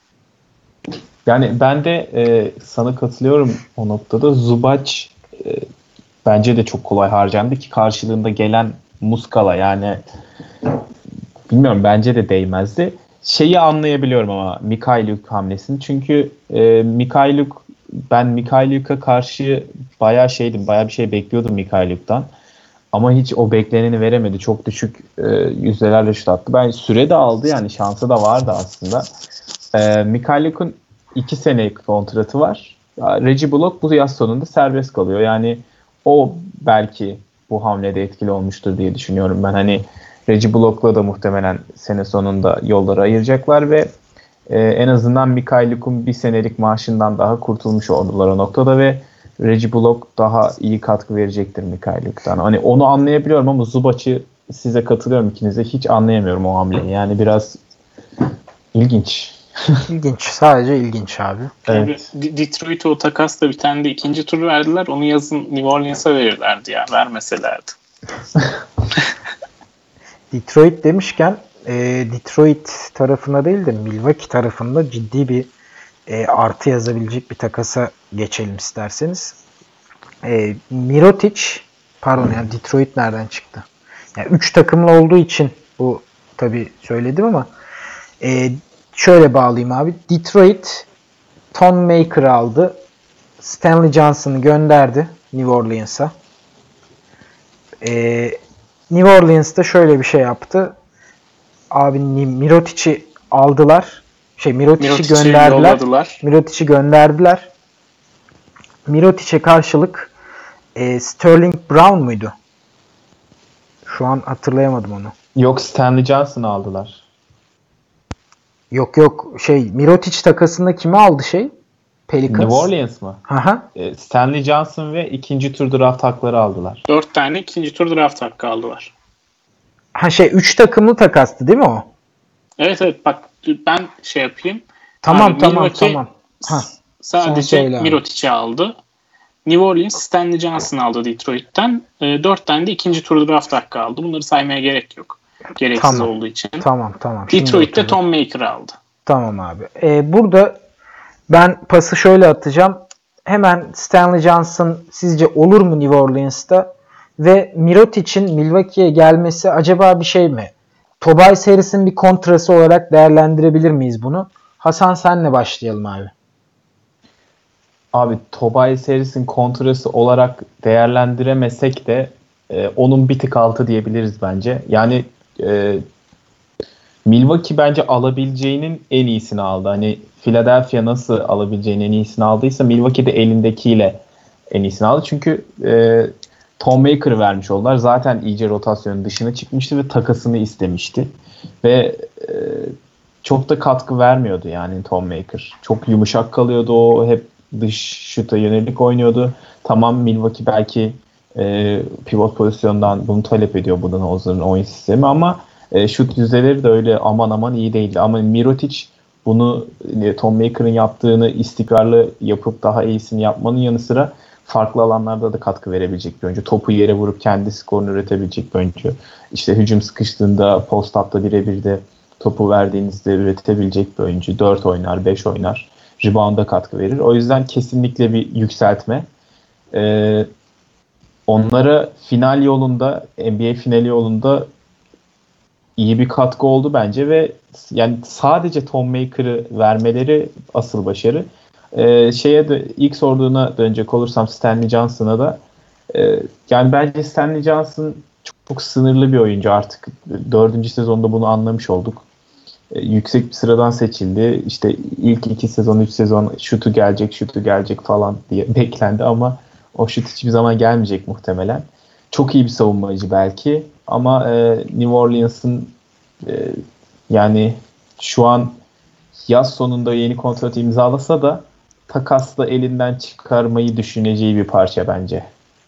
Yani ben de e, sana katılıyorum o noktada. Zubac e, bence de çok kolay harcandı ki karşılığında gelen Muscala, yani bilmiyorum, bence de değmezdi. Şeyi anlayabiliyorum ama Mikhailuk hamlesini. Çünkü e, Mikhailuk ben Mikhailuk'a karşı bayağı şeydim. Bayağı bir şey bekliyordum Mikhailuk'tan. Ama hiç o bekleneni veremedi. Çok düşük e, yüzdelerle şut attı. Ben süre de aldı, yani şansı da vardı aslında. E, Mikhailuk'un iki senelik kontratı var. Reggie Bullock bu yaz sonunda serbest kalıyor. Yani o belki bu hamlede etkili olmuştur diye düşünüyorum ben. Hani Reggie Bullock'la da muhtemelen sene sonunda yolları ayıracaklar ve e, en azından Mikhailuk'un bir senelik maaşından daha kurtulmuş oldular o noktada ve Reggie Bullock daha iyi katkı verecektir Mikhailuk'tan. Hani onu anlayabiliyorum ama Zubac'ı, size katılıyorum ikinize, hiç anlayamıyorum o hamleyi. Yani biraz ilginç. İlginç. Sadece ilginç abi. Evet. D- Detroit'e o takasla bir tane de ikinci tur verdiler. Onu yazın New Orleans'a verirlerdi ya. Vermeselerdi. Detroit demişken e, Detroit tarafına değil de Milwaukee tarafında ciddi bir e, artı yazabilecek bir takasa geçelim isterseniz. E, Mirotic, pardon yani Detroit nereden çıktı? Yani üç takımlı olduğu için bu tabii söyledim ama e, şöyle bağlayayım abi. Detroit Thon Maker aldı. Stanley Johnson'ı gönderdi New Orleans'a. E, New Orleans'ta şöyle bir şey yaptı. Abi Mirotic'i aldılar. Şey Mirotic'i Mirotic'i gönderdiler. yolladılar. Mirotic'i gönderdiler. Mirotic'e karşılık e, Sterling Brown muydu? Şu an hatırlayamadım onu. Yok, Stanley Johnson'ı aldılar. Yok yok şey Mirotic takasında kimi aldı şey? Pelicans. New Orleans mı? Aha. E, Stanley Johnson ve ikinci tur draft hakları aldılar. Dört tane ikinci tur draft hakkı aldılar. Ha şey üç takımlı takastı değil mi o? Evet evet bak ben şey yapayım. Tamam Abi, tamam Milwaukee tamam. Ha, sadece Mirotic'i aldı. New Orleans Stanley Johnson'ı aldı Detroit'ten. E, dört tane de ikinci tur draft hakkı aldı. Bunları saymaya gerek yok. Gereksiz tamam. olduğu için. Tamam tamam. Şimdi Detroit'te hatırladım. Tom Maker'ı aldı. Tamam abi. Ee, burada ben pası şöyle atacağım. Hemen Stanley Johnson sizce olur mu New Orleans'ta? Ve Mirotic'in Milwaukee'ye gelmesi acaba bir şey mi? Tobias Harris'in bir kontrası olarak değerlendirebilir miyiz bunu? Hasan senle başlayalım abi. Abi Tobias Harris'in kontrası olarak değerlendiremesek de e, onun bir tık altı diyebiliriz bence. Yani e, Milwaukee bence alabileceğinin en iyisini aldı. Hani Philadelphia nasıl alabileceğinin en iyisini aldıysa Milwaukee de elindekiyle en iyisini aldı. Çünkü e, Tom Maker'ı vermiş oldular. Zaten iyice rotasyonun dışına çıkmıştı ve takasını istemişti. Ve e, çok da katkı vermiyordu yani Tom Maker. Çok yumuşak kalıyordu o. Hep dış şuta yönelik oynuyordu. Tamam, Milwaukee belki e, pivot pozisyondan bunu talep ediyor Budenholzer'ın oyun sistemi ama e, şut yüzdeleri de öyle aman aman iyi değildi. Ama Mirotic bunu e, Tom Maker'ın yaptığını istikrarlı yapıp daha iyisini yapmanın yanı sıra farklı alanlarda da katkı verebilecek bir oyuncu. Topu yere vurup kendi skorunu üretebilecek bir oyuncu. İşte hücum sıkıştığında post-up'ta birebir de topu verdiğinizde üretebilecek bir oyuncu. dört oynar, beş oynar. Rebound'a katkı verir. O yüzden kesinlikle bir yükseltme. Ee, onlara final yolunda, N B A finali yolunda iyi bir katkı oldu bence ve yani sadece Thon Maker'ı vermeleri asıl başarı. Ee, şeye de ilk sorduğuna dönecek olursam Stanley Johnson'a da e, yani bence Stanley Johnson çok, çok sınırlı bir oyuncu artık. Dördüncü sezonda bunu anlamış olduk. E, yüksek bir sıradan seçildi. İşte ilk iki sezon, üç sezon şutu gelecek, şutu gelecek falan diye beklendi ama o şut hiçbir zaman gelmeyecek muhtemelen. Çok iyi bir savunmacı belki ama e, New Orleans'ın e, yani şu an yaz sonunda yeni kontrat imzalasa da takasla elinden çıkarmayı düşüneceği bir parça bence.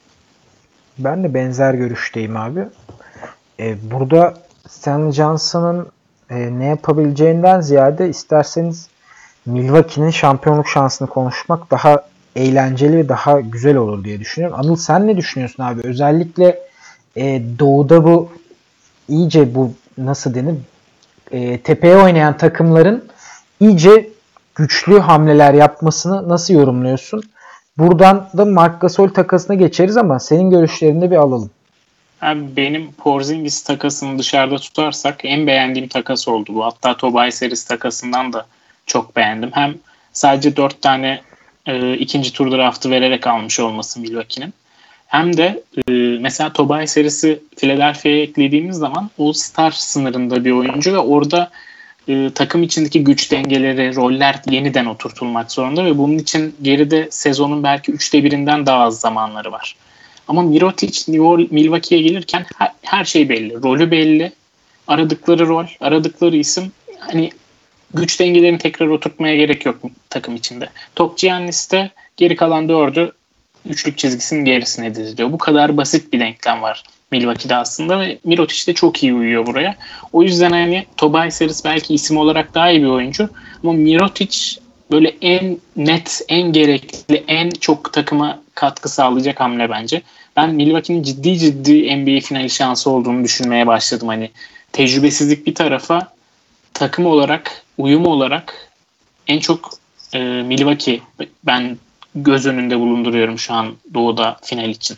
Ben de benzer görüşteyim abi. Ee, burada Stanley Johnson'ın e, ne yapabileceğinden ziyade isterseniz Milwaukee'nin şampiyonluk şansını konuşmak daha eğlenceli ve daha güzel olur diye düşünüyorum. Anıl sen ne düşünüyorsun abi? Özellikle e, doğuda bu iyice bu nasıl denir? E, tepeye oynayan takımların iyice güçlü hamleler yapmasını nasıl yorumluyorsun? Buradan da Marc Gasol takasına geçeriz ama senin görüşlerini de bir alalım. Abi benim Porzingis takasını dışarıda tutarsak en beğendiğim takas oldu bu. Hatta Tobias Harris takasından da çok beğendim. Hem sadece dört tane e, ikinci tur draftı vererek almış olması Milwaukee'nin. Hem de e, mesela Tobias Harris'i Philadelphia'ya eklediğimiz zaman All-Star sınırında bir oyuncu ve orada e, takım içindeki güç dengeleri, roller yeniden oturtulmak zorunda ve bunun için geride sezonun belki üçte birinden daha az zamanları var. Ama Mirotic Milwaukee'ye gelirken her, her şey belli. Rolü belli. Aradıkları rol, aradıkları isim. Hani güç dengelerini tekrar oturtmaya gerek yok takım içinde. Top Giannis'te geri kalan dördü üçlük çizgisinin gerisine diziliyor. Bu kadar basit bir denklem var Milwaukee'de aslında ve Mirotic de çok iyi uyuyor buraya. O yüzden hani Tobias Harris belki isim olarak daha iyi bir oyuncu ama Mirotic böyle en net, en gerekli, en çok takıma katkı sağlayacak hamle bence. Ben Milwaukee'nin ciddi ciddi N B A finali şansı olduğunu düşünmeye başladım. Hani tecrübesizlik bir tarafa, takım olarak, uyum olarak en çok e, Milwaukee ben göz önünde bulunduruyorum şu an Doğu'da final için.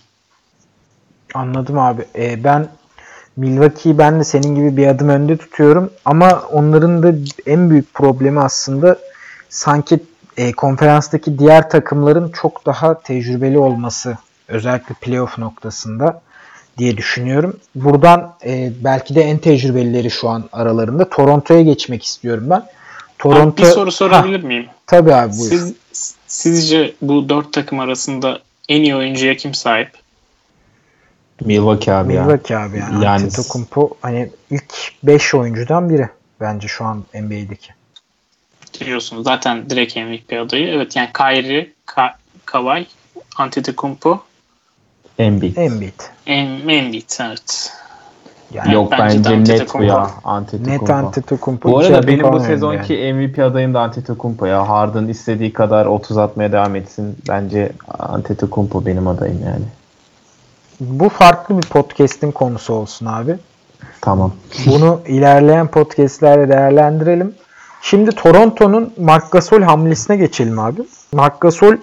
Anladım abi. Ee, ben Milwaukee'yi ben de senin gibi bir adım önde tutuyorum ama onların da en büyük problemi aslında sanki e, konferanstaki diğer takımların çok daha tecrübeli olması, özellikle playoff noktasında diye düşünüyorum. Buradan e, belki de en tecrübelileri şu an aralarında. Toronto'ya geçmek istiyorum ben. Toronto... Abi bir soru sorabilir ha, miyim? Tabii abi buyur. Siz, sizce bu dört takım arasında en iyi oyuncuya kim sahip? Milwaukee abi ya. Milwaukee abi yani. yani. Antetokounmpo hani ilk beş oyuncudan biri bence şu an N B A'deki. Diyorsunuz. Zaten direkt M V P adayı. Evet yani Kyrie, Ka- Kawhi, Antetokounmpo, Embiid. Embiid. Em- Embiid evet. Yani Yok bence, bence net bu ya. Net Antetokounmpo. Bu arada benim bu sezonki yani. M V P adayım da Antetokounmpo ya. Harden istediği kadar otuz atmaya devam etsin. Bence Antetokounmpo benim adayım yani. Bu farklı bir podcast'in konusu olsun abi. Tamam. Bunu ilerleyen podcast'lerde değerlendirelim. Şimdi Toronto'nun Marc Gasol hamlesine geçelim abi. Marc Gasol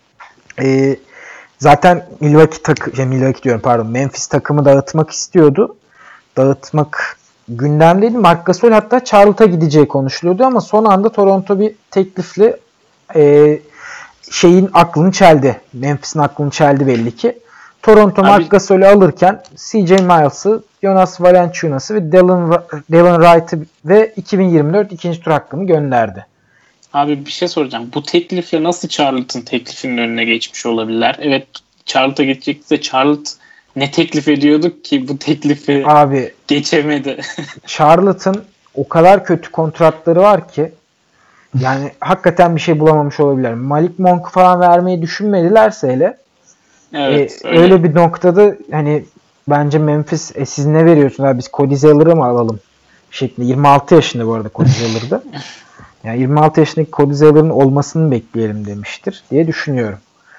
e, zaten Milwaukee takı, şey Milwaukee diyorum pardon, Memphis takımı dağıtmak istiyordu. Dağıtmak gündemdeydi. Marc Gasol hatta Charlotte'a gideceği konuşuluyordu ama son anda Toronto bir teklifle e, şeyin aklını çeldi. Memphis'in aklını çeldi belli ki. Toronto Marc Gasol'ü alırken C J Miles'ı, Jonas Valanciunas'ı ve Delon, Delon Wright'ı ve iki bin yirmi dört ikinci tur hakkını gönderdi. Abi bir şey soracağım. Bu teklifle nasıl Charlotte'ın teklifinin önüne geçmiş olabilirler? Evet Charlotte'a gidecekti de Charlotte ne teklif ediyorduk ki bu teklifi abi, geçemedi. Charlotte'ın o kadar kötü kontratları var ki yani hakikaten bir şey bulamamış olabilirler. Malik Monk'u falan vermeyi düşünmedilerse hele evet, e, öyle. öyle bir noktada hani bence Memphis e, siz ne veriyorsunuz abi biz Cody Zeller'ı mı alalım şeklinde. yirmi altı yaşında bu arada Cody Zeller'da. Yani yirmi altı yaşındaki Cody Zeller'ın olmasını bekleyelim demiştir diye düşünüyorum.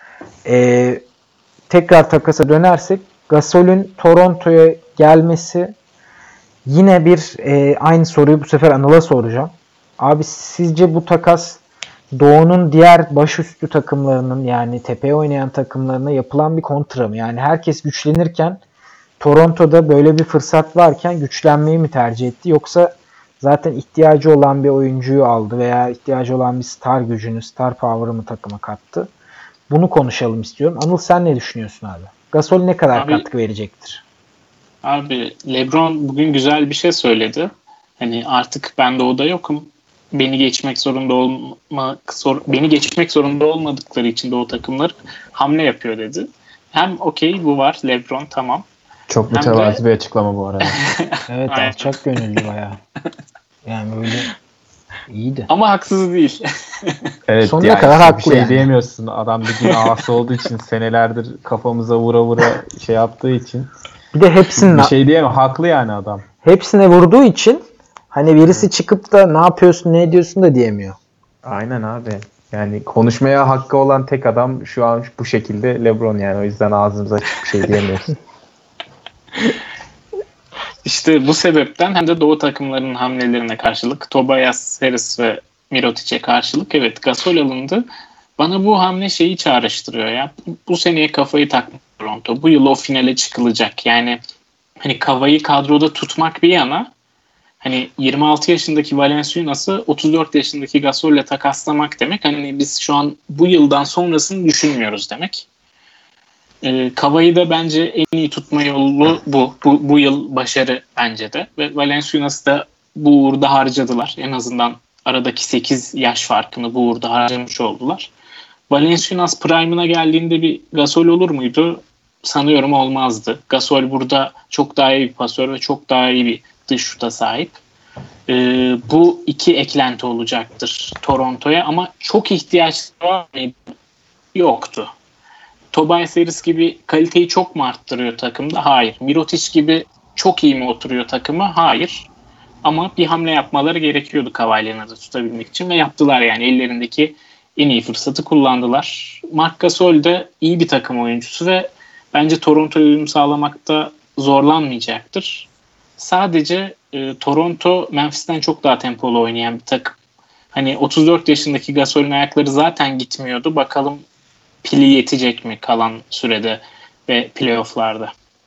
E, tekrar takasa dönersek Gasol'ün Toronto'ya gelmesi yine bir e, aynı soruyu bu sefer Anıl'a soracağım. Abi sizce bu takas Doğu'nun diğer başüstü takımlarının yani tepeye oynayan takımlarına yapılan bir kontra mı? Yani herkes güçlenirken Toronto'da böyle bir fırsat varken güçlenmeyi mi tercih etti? Yoksa zaten ihtiyacı olan bir oyuncuyu aldı veya ihtiyacı olan bir star gücünü, star power'ı mı takıma kattı? Bunu konuşalım istiyorum. Anıl sen ne düşünüyorsun abi? Gasol ne kadar Abi, katkı verecektir? Abi LeBron bugün güzel bir şey söyledi. Hani artık ben Doğu'da yokum. Beni geçmek zorunda olmak zor, beni geçmek zorunda olmadıkları için Doğu takımları hamle yapıyor dedi. Hem okey bu var LeBron tamam. Çok Hem mütevazi de- bir açıklama bu arada. Evet Aynen. alçak gönüllü bayağı. Yani böyle iyiydi. Ama haksız değil. Evet, Sonuna yani kadar bir haklı şey yani. diyemiyorsun. Adam bir gün ağası olduğu için senelerdir kafamıza vura vura şey yaptığı için Bir de hepsinin bir şey diyemem. Haklı yani adam. hepsine vurduğu için hani birisi çıkıp da ne yapıyorsun ne ediyorsun da diyemiyor. Aynen abi. Yani konuşmaya hakkı olan tek adam şu an bu şekilde LeBron yani. O yüzden ağzımıza açık bir şey diyemiyoruz. İşte bu sebepten hem de Doğu takımlarının hamlelerine karşılık Tobias Harris ve Mirotic'e karşılık evet Gasol alındı. Bana bu hamle şeyi çağrıştırıyor ya. Bu, bu seneye kafayı takmış Toronto. Bu yıl o finale çıkılacak. Yani hani Kavai'yi kadroda tutmak bir yana hani yirmi altı yaşındaki Valanciunas'ı otuz dört yaşındaki Gasol'le takaslamak demek. Hani biz şu an bu yıldan sonrasını düşünmüyoruz demek. E, Kavai'yi da bence en iyi tutma yolu bu. Bu, bu yıl başarı bence de. Ve Valanciunas'ı da bu uğurda harcadılar. En azından aradaki sekiz yaş farkını bu uğurda harcamış oldular. Valanciunas prime'ına geldiğinde bir Gasol olur muydu? Sanıyorum olmazdı. Gasol burada çok daha iyi bir pasör ve çok daha iyi bir dış şuta sahip. E, bu iki eklenti olacaktır Toronto'ya ama çok ihtiyaç var mıydı? Yoktu. Tobias Harris gibi kaliteyi çok mu arttırıyor takımda? Hayır. Mirotic gibi çok iyi mi oturuyor takıma? Hayır. Ama bir hamle yapmaları gerekiyordu Kavai'lerini de tutabilmek için ve yaptılar yani ellerindeki en iyi fırsatı kullandılar. Marc Gasol de iyi bir takım oyuncusu ve bence Toronto'ya uyum sağlamakta zorlanmayacaktır. Sadece e, Toronto Memphis'ten çok daha tempolu oynayan bir takım. Hani otuz dört yaşındaki Gasol'ün ayakları zaten gitmiyordu. Bakalım pili yetecek mi kalan sürede ve playoff'larda?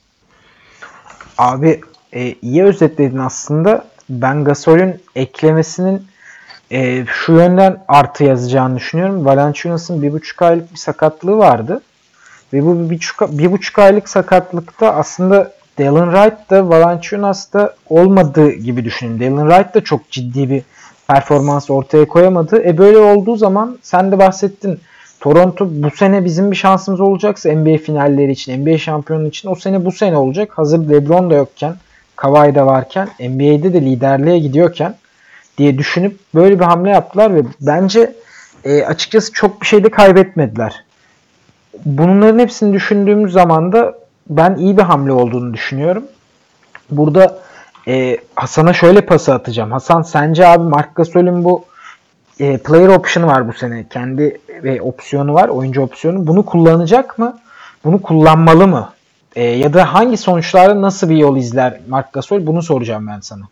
Abi e, iyi özetledin aslında. Ben Gasol'ün eklemesinin e, şu yönden artı yazacağını düşünüyorum. Valanciunas'ın bir buçuk aylık bir sakatlığı vardı. Ve bu bir buçuk, bir buçuk aylık sakatlıkta aslında Delon Wright da Valanciunas da olmadığı gibi düşünün. Delon Wright da çok ciddi bir performans ortaya koyamadı. E böyle olduğu zaman sen de bahsettin. Toronto bu sene bizim bir şansımız olacaksa N B A finalleri için, N B A şampiyonu için o sene bu sene olacak. Hazır LeBron da yokken, Kawhi da varken, N B A'de de liderliğe gidiyorken diye düşünüp böyle bir hamle yaptılar ve bence e, açıkçası çok bir şey de kaybetmediler. Bunların hepsini düşündüğümüz zaman da ben iyi bir hamle olduğunu düşünüyorum. Burada e, Hasan'a şöyle pası atacağım. Hasan sence abi Marc Gasol'ün bu e, player option'ı var bu sene. Kendi ve opsiyonu var. Oyuncu opsiyonu. Bunu kullanacak mı? Bunu kullanmalı mı? E, ya da hangi sonuçlarda nasıl bir yol izler Marc Gasol? Bunu soracağım ben sana.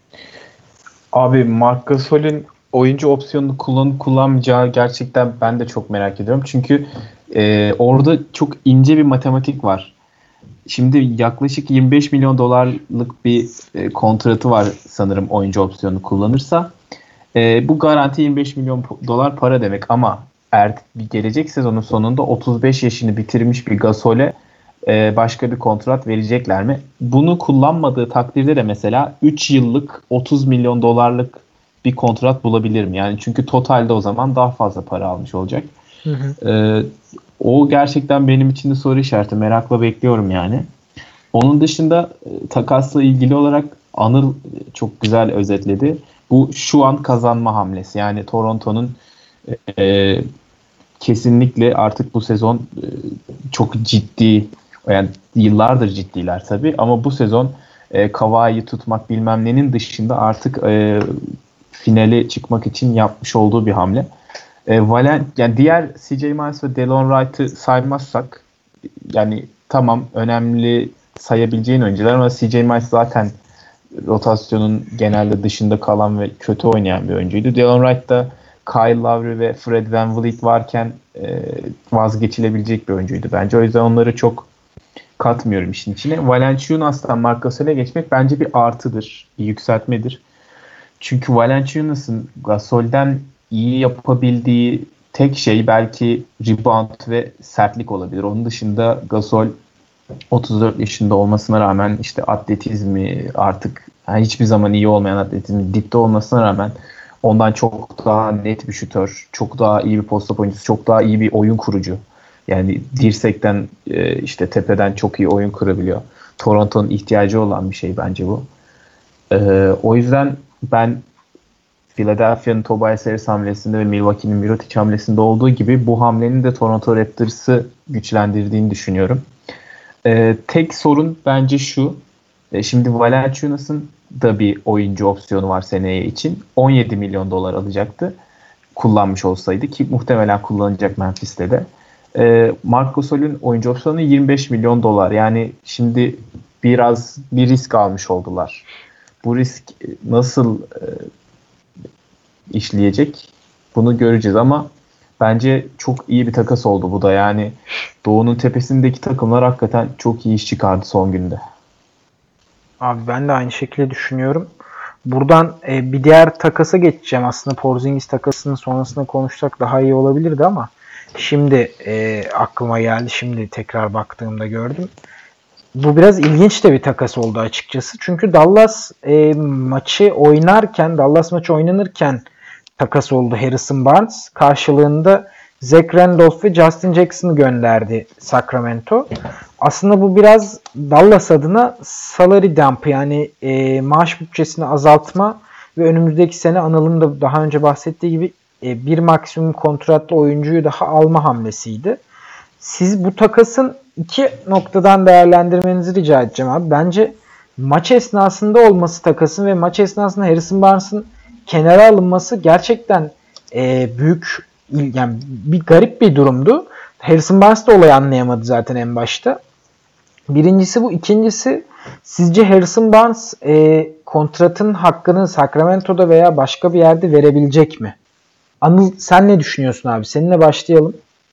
Abi Marc Gasol'ün oyuncu opsiyonunu kullanıp kullanmayacağı gerçekten ben de çok merak ediyorum. Çünkü e, orada çok ince bir matematik var. Şimdi yaklaşık yirmi beş milyon dolarlık bir e, kontratı var sanırım oyuncu opsiyonunu kullanırsa. E, bu garanti yirmi beş milyon dolar para demek ama eğer bir gelecek sezonun sonunda otuz beş yaşını bitirmiş bir Gasol'e e, başka bir kontrat verecekler mi? Bunu kullanmadığı takdirde de mesela üç yıllık otuz milyon dolarlık bir kontrat bulabilir mi? Yani çünkü totalde o zaman daha fazla para almış olacak. Hı hı. E, o gerçekten benim için de soru işareti. Merakla bekliyorum yani. Onun dışında e, takasla ilgili olarak Anıl çok güzel özetledi. Bu şu an kazanma hamlesi. Yani Toronto'nun e, kesinlikle artık bu sezon e, çok ciddi, yani yıllardır ciddiler tabii ama bu sezon e, Kawhi'yi tutmak bilmem nenin dışında artık e, finale çıkmak için yapmış olduğu bir hamle. E, Valen, yani diğer C J Miles ve Delon Wright'ı saymazsak yani tamam önemli sayabileceğin oyuncular ama C J Miles zaten rotasyonun genelde dışında kalan ve kötü oynayan bir oyuncuydu. Delon Wright da Kyle Lowry ve Fred VanVleet varken e, vazgeçilebilecek bir oyuncuydu bence. O yüzden onları çok katmıyorum işin içine. Valanciunas'tan Marc Gasol'e geçmek bence bir artıdır, bir yükseltmedir. Çünkü Valanciunas'ın Gasol'den iyi yapabildiği tek şey belki rebound ve sertlik olabilir. Onun dışında Gasol otuz dört yaşında olmasına rağmen işte atletizmi artık yani hiçbir zaman iyi olmayan atletizmi dipte olmasına rağmen ondan çok daha net bir şütör, çok daha iyi bir post-up oyuncusu, çok daha iyi bir oyun kurucu. Yani dirsekten işte tepeden çok iyi oyun kurabiliyor. Toronto'nun ihtiyacı olan bir şey bence bu. O yüzden ben Philadelphia'nın Tobias Harris hamlesinde ve Milwaukee'nin Mirotic hamlesinde olduğu gibi bu hamlenin de Toronto Raptors'ı güçlendirdiğini düşünüyorum. Ee, tek sorun bence şu. E, şimdi Valanciunas'ın da bir oyuncu opsiyonu var seneye için. on yedi milyon dolar alacaktı. Kullanmış olsaydı ki muhtemelen kullanacak Memphis'te de. E, Marc Gasol'ün oyuncu opsiyonu yirmi beş milyon dolar. Yani şimdi biraz bir risk almış oldular. Bu risk nasıl e, işleyecek? Bunu göreceğiz ama bence çok iyi bir takas oldu bu da. Yani Doğu'nun tepesindeki takımlar hakikaten çok iyi iş çıkardı son günde. Abi ben de aynı şekilde düşünüyorum. Buradan e, bir diğer takasa geçeceğim. Aslında Porzingis takasının sonrasında konuşsak daha iyi olabilirdi ama şimdi e, aklıma geldi. Şimdi tekrar baktığımda gördüm. Bu biraz ilginç de bir takas oldu açıkçası. Çünkü Dallas e, maçı oynarken, Dallas maçı oynanırken takas oldu Harrison Barnes. Karşılığında Zach Randolph ve Justin Jackson'ı gönderdi Sacramento. Aslında bu biraz Dallas adına salary dump yani e, maaş bütçesini azaltma ve önümüzdeki sene Anıl'ın da daha önce bahsettiği gibi e, bir maksimum kontratlı oyuncuyu daha alma hamlesiydi. Siz bu takasın iki noktadan değerlendirmenizi rica edeceğim abi. Bence maç esnasında olması takasın ve maç esnasında Harrison Barnes'ın kenara alınması gerçekten e, büyük yani bir garip bir durumdu. Harrison Barnes da olayı anlayamadı zaten en başta. Birincisi bu. İkincisi sizce Harrison Barnes e, kontratın hakkını Sacramento'da veya başka bir yerde verebilecek mi? Anıl sen ne düşünüyorsun abi? Seninle başlayalım.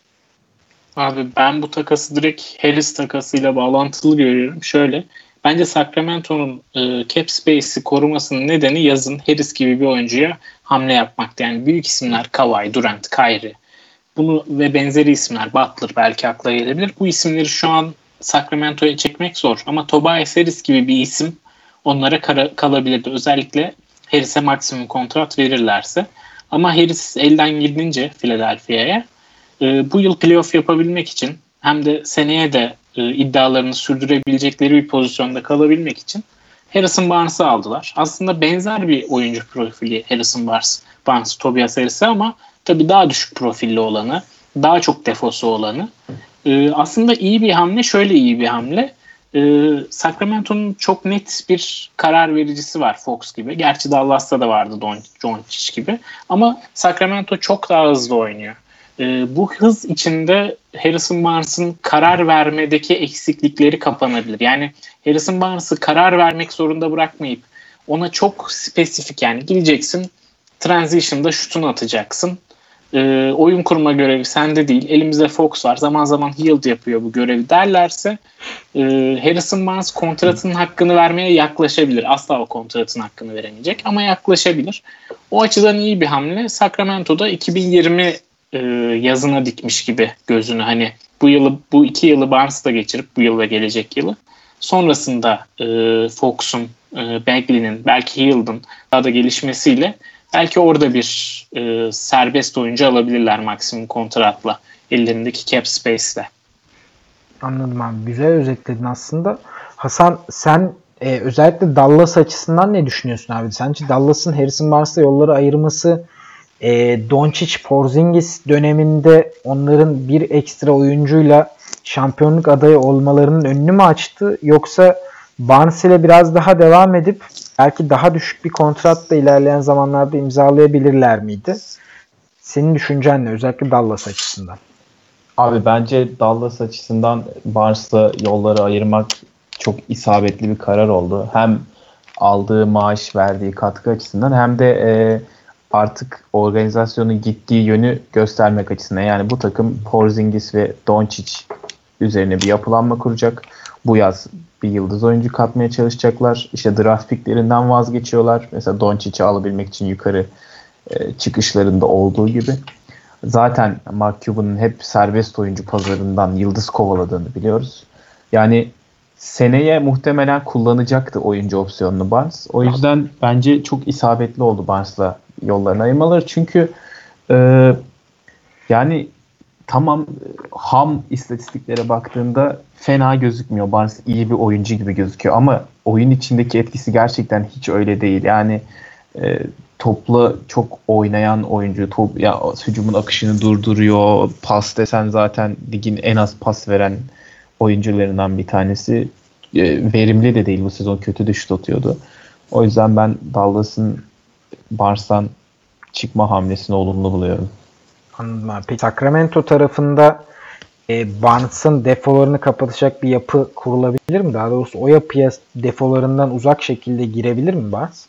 Abi ben bu takası direkt Harris takasıyla bağlantılı görüyorum. Şöyle, bence Sacramento'nun e, cap space'i korumasının nedeni yazın Harris gibi bir oyuncuya hamle yapmaktı. Yani büyük isimler Kawhi, Durant, Kyrie bunu ve benzeri isimler Butler belki akla gelebilir. Bu isimleri şu an Sacramento'ya çekmek zor ama Tobias Harris gibi bir isim onlara kara, kalabilirdi. Özellikle Harris'e maksimum kontrat verirlerse. Ama Harris elden gidince Philadelphia'ya e, bu yıl playoff yapabilmek için hem de seneye de e, iddialarını sürdürebilecekleri bir pozisyonda kalabilmek için Harrison Barnes'ı aldılar. Aslında benzer bir oyuncu profili Harrison Barnes, Barnes Tobias Harris'e ama tabii daha düşük profilli olanı, daha çok defosu olanı. Ee, aslında iyi bir hamle, şöyle iyi bir hamle. Ee, Sacramento'nun çok net bir karar vericisi var Fox gibi. Gerçi Dallas'ta da vardı Doncic gibi. Ama Sacramento çok daha hızlı oynuyor. Ee, bu hız içinde Harrison Barnes'ın karar vermedeki eksiklikleri kapanabilir. Yani Harrison Barnes'ı karar vermek zorunda bırakmayıp ona çok spesifik yani gideceksin transition'da şutunu atacaksın. E, oyun kurma görevi sende değil. Elimizde Fox var. Zaman zaman Hield yapıyor bu görevi derlerse e, Harrison Barnes kontratının hakkını vermeye yaklaşabilir. Asla o kontratın hakkını veremeyecek ama yaklaşabilir. O açıdan iyi bir hamle. Sacramento'da iki bin yirmi e, yazına dikmiş gibi gözünü. Hani bu yılı bu iki yılı Barnes'la geçirip bu yıl ve gelecek yılı. Sonrasında e, Fox'un, e, Bagley'nin, belki Hield'ın daha da gelişmesiyle belki orada bir e, serbest oyuncu alabilirler maksimum kontratla. Ellerindeki cap space'le. Anladım abi. Güzel özetledin aslında. Hasan sen e, özellikle Dallas açısından ne düşünüyorsun abi? Sence Dallas'ın Harrison Barnes'la yolları ayırması e, Doncic, Porzingis döneminde onların bir ekstra oyuncuyla şampiyonluk adayı olmalarının önünü mü açtı? Yoksa Barnes ile biraz daha devam edip belki daha düşük bir kontratla ilerleyen zamanlarda imzalayabilirler miydi? Senin düşüncen ne? Özellikle Dallas açısından. Abi bence Dallas açısından Barnes'la yolları ayırmak çok isabetli bir karar oldu. Hem aldığı maaş verdiği katkı açısından hem de e, artık organizasyonun gittiği yönü göstermek açısından. Yani bu takım Porzingis ve Doncic üzerine bir yapılanma kuracak. Bu yaz bir yıldız oyuncu katmaya çalışacaklar. İşte draft picklerinden vazgeçiyorlar. Mesela Doncic'i alabilmek için yukarı e, çıkışlarında olduğu gibi. Zaten Mark Cuban'ın hep serbest oyuncu pazarından yıldız kovaladığını biliyoruz. Yani seneye muhtemelen kullanacaktı oyuncu opsiyonunu Barnes. O yüzden bence çok isabetli oldu Barnes'la yollarını ayırmaları. Çünkü e, yani tamam ham istatistiklere baktığında fena gözükmüyor. Barnes iyi bir oyuncu gibi gözüküyor ama oyun içindeki etkisi gerçekten hiç öyle değil. Yani e, topla çok oynayan oyuncu, top ya hücumun akışını durduruyor. Pas desen zaten ligin en az pas veren oyuncularından bir tanesi. E, verimli de değil, bu sezon kötü de şut atıyordu. O yüzden ben Dallas'ın Barnes'tan çıkma hamlesini olumlu buluyorum. Anladım abi. Peki Sacramento tarafında e, Barnes'ın defolarını kapatacak bir yapı kurulabilir mi? Daha doğrusu o yapıya defolarından uzak şekilde girebilir mi Barnes?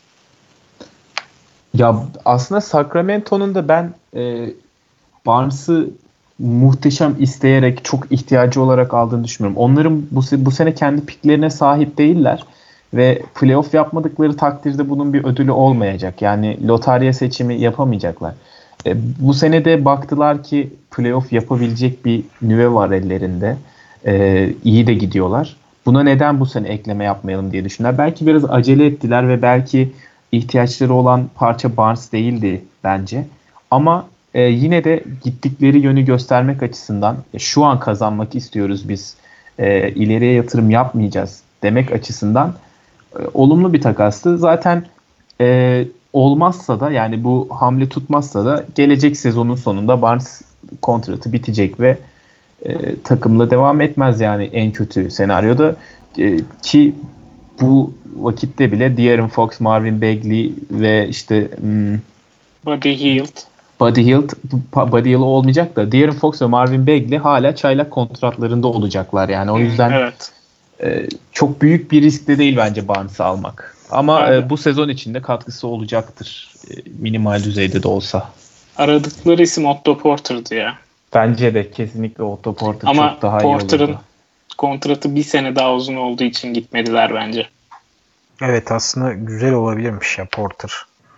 Ya aslında Sacramento'nun da ben e, Barnes'ı muhteşem isteyerek çok ihtiyacı olarak aldığını düşünmüyorum. Onların bu, bu sene kendi piklerine sahip değiller ve playoff yapmadıkları takdirde bunun bir ödülü olmayacak. Yani lotarya seçimi yapamayacaklar. E, bu sene de baktılar ki playoff yapabilecek bir nüve var ellerinde. E, iyi de gidiyorlar. Buna neden bu sene ekleme yapmayalım diye düşündüler. Belki biraz acele ettiler ve belki ihtiyaçları olan parça Barnes değildi bence. Ama e, yine de gittikleri yönü göstermek açısından e, şu an kazanmak istiyoruz biz. E, ileriye yatırım yapmayacağız demek açısından e, olumlu bir takastı. Zaten e, olmazsa da, yani bu hamle tutmazsa da gelecek sezonun sonunda Barnes kontratı bitecek ve e, takımla devam etmez yani en kötü senaryoda. E, ki bu vakitte bile De'Aaron Fox, Marvin Bagley ve işte hmm, Buddy Hield. Buddy Hield, Buddy Hield olmayacak da De'Aaron Fox ve Marvin Bagley hala çaylak kontratlarında olacaklar yani. O yüzden evet. e, çok büyük bir risk de değil bence Barnes'ı almak. Ama e, bu sezon içinde katkısı olacaktır. E, minimal düzeyde de olsa. Aradıkları isim Otto Porter'dı ya. Bence de kesinlikle Otto Porter ama çok daha Porter'ın iyi olurdu. kontratı bir sene daha uzun olduğu için gitmediler bence. Evet, aslında güzel olabilirmiş ya Porter.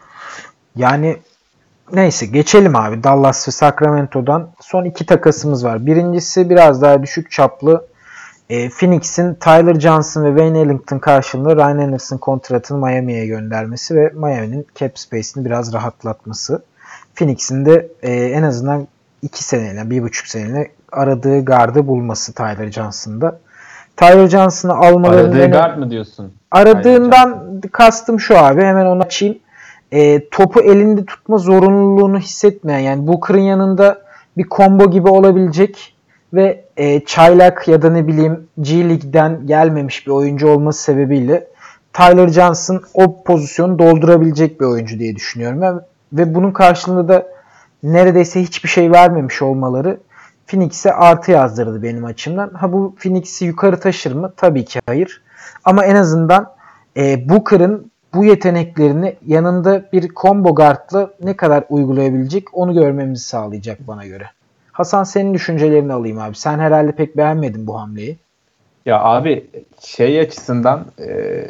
Yani neyse, geçelim abi Dallas ve Sacramento'dan. Son iki takasımız var. Birincisi biraz daha düşük çaplı. E, Phoenix'in Tyler Johnson ve Wayne Ellington karşılığında Ryan Anderson kontratını Miami'ye göndermesi ve Miami'nin cap space'ini biraz rahatlatması. Phoenix'in de e, en azından iki seneyle, bir buçuk seneyle aradığı gardı bulması Tyler Johnson'da. Tyler Johnson'ı almalarının... Aradığı guard mı diyorsun? Aradığından kastım şu abi, hemen onu açayım. E, topu elinde tutma zorunluluğunu hissetmeyen, yani Booker'ın yanında bir combo gibi olabilecek ve e, çaylak ya da ne bileyim G League'den gelmemiş bir oyuncu olması sebebiyle Tyler Johnson o pozisyonu doldurabilecek bir oyuncu diye düşünüyorum. Ve, ve bunun karşılığında da neredeyse hiçbir şey vermemiş olmaları Phoenix'e artı yazdırdı benim açımdan. Ha, bu Phoenix'i yukarı taşır mı? Tabii ki hayır. Ama en azından e, Booker'ın bu yeteneklerini yanında bir combo guard'la ne kadar uygulayabilecek onu görmemizi sağlayacak bana göre. Hasan, senin düşüncelerini alayım abi. Sen herhalde pek beğenmedin bu hamleyi. Ya abi şey açısından e,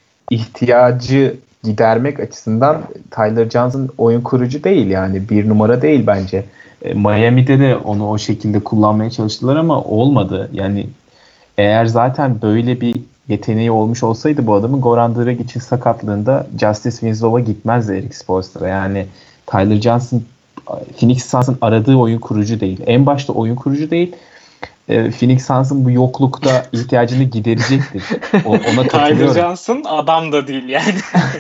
ihtiyacı gidermek açısından Tyler Johnson oyun kurucu değil, yani bir numara değil bence. E, Miami'de de onu o şekilde kullanmaya çalıştılar ama olmadı. Yani eğer zaten böyle bir yeteneği olmuş olsaydı bu adamın, Goran Dragic'in sakatlığında Justice Winslow'a gitmezdi Eric Spoelstra'ya. Yani Tyler Johnson Phoenix Suns'ın aradığı oyun kurucu değil. En başta oyun kurucu değil. E, Phoenix Suns'ın bu yoklukta ihtiyacını giderecektir. O, ona katılıyorum. Tyler Johnson adam da değil yani.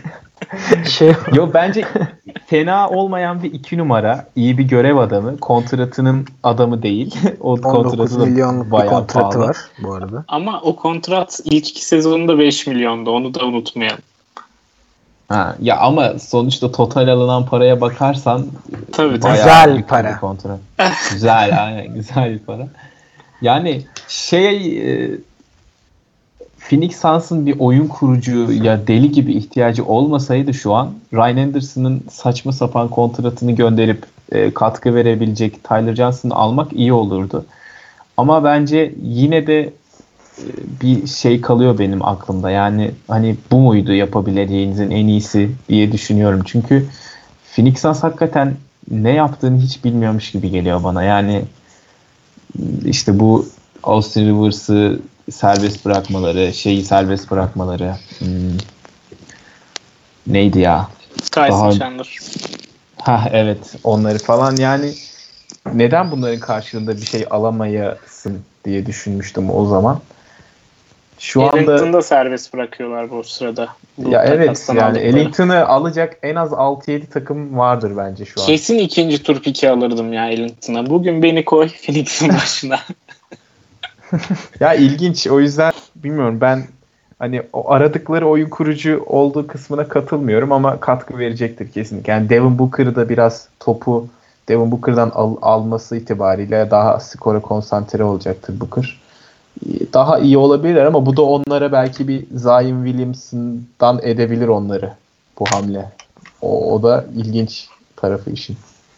şey Yo, bence fena olmayan bir iki numara, iyi bir görev adamı, kontratının adamı değil. O on dokuz kontratı da milyonluk bir bayağı kontratı pahalı var bu arada. Ama o kontrat ilk iki sezonunda beş milyondu. Onu da unutmayalım. Ha, ya ama sonuçta total alınan paraya bakarsan tabii, bayağı güzel yüklü para. bir kontrat. Güzel, aynen güzel bir para. Yani şey e, Phoenix Suns'ın bir oyun kurucuya deli gibi ihtiyacı olmasaydı şu an Ryan Anderson'ın saçma sapan kontratını gönderip e, katkı verebilecek Tyler Johnson'ı almak iyi olurdu. Ama bence yine de e, bir şey kalıyor benim aklımda. Yani hani bu muydu yapabileceğinizin en iyisi diye düşünüyorum. Çünkü Phoenix Suns hakikaten ne yaptığını hiç bilmiyormuş gibi geliyor bana. Yani işte bu Austin Rivers'ı serbest bırakmaları, şeyi serbest bırakmaları hmm, neydi ya? Tyson Daha... Chandler. Ha evet, onları falan yani neden bunların karşılığında bir şey alamayasın diye düşünmüştüm o zaman. Şu Ellington'da anda serbest bırakıyorlar bu sırada. Bu ya evet yani aldıkları. Ellington'ı alacak en az altı yedi takım vardır bence şu an. Kesin ikinci tur piki alırdım ya Ellington'a. Bugün beni koy Phoenix'in başına. Ya ilginç, o yüzden bilmiyorum, ben hani o aradıkları oyun kurucu olduğu kısmına katılmıyorum ama katkı verecektir kesinlikle. Yani Devin Booker'ı da biraz topu Devin Booker'dan al, alması itibariyle daha skora konsantre olacaktır Booker. Daha iyi olabilirler ama bu da onlara belki bir Zion Williamson'dan edebilir onları bu hamle. O, o da ilginç tarafı işin.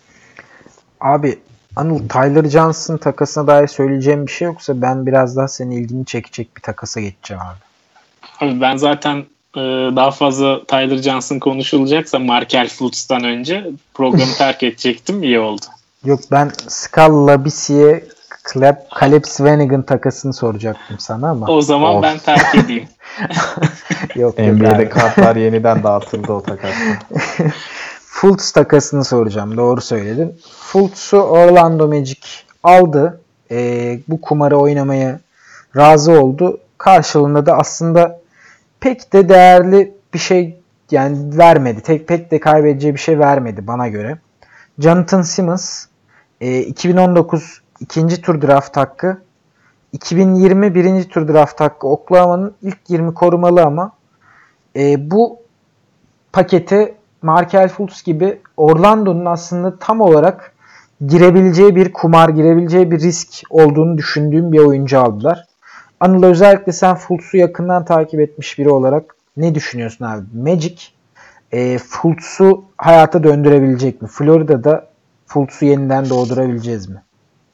Abi Anıl, Tyler Johnson takasına dair söyleyeceğim bir şey yoksa ben biraz daha senin ilgini çekecek bir takasa geçeceğim abi. Abi ben zaten e, daha fazla Tyler Johnson konuşulacaksa Markel Fultz'tan önce programı terk edecektim. İyi oldu. Yok, ben Skal Labissiere Caleb Swanigan takasını soracaktım sana ama. O zaman Of. ben terk edeyim. Yok, N B A'de yok abi. kartlar yeniden dağıtıldı o takasla. Fultz takasını soracağım. Doğru söyledin. Fultz'u Orlando Magic aldı. Ee, bu kumarı oynamaya razı oldu. Karşılığında da aslında pek de değerli bir şey yani vermedi. Tek pek de kaybedeceği bir şey vermedi bana göre. Jonathan Simmons e, iki bin on dokuz ikinci tur draft hakkı, iki bin yirmi birinci tur draft hakkı, Oklahoma'nın ilk yirmi korumalı ama e, bu pakete Markel Fultz gibi Orlando'nun aslında tam olarak girebileceği bir kumar, girebileceği bir risk olduğunu düşündüğüm bir oyuncu aldılar. Anıl, özellikle sen Fultz'u yakından takip etmiş biri olarak ne düşünüyorsun abi? Magic e, Fultz'u hayata döndürebilecek mi? Florida'da Fultz'u yeniden doğdurabileceğiz mi?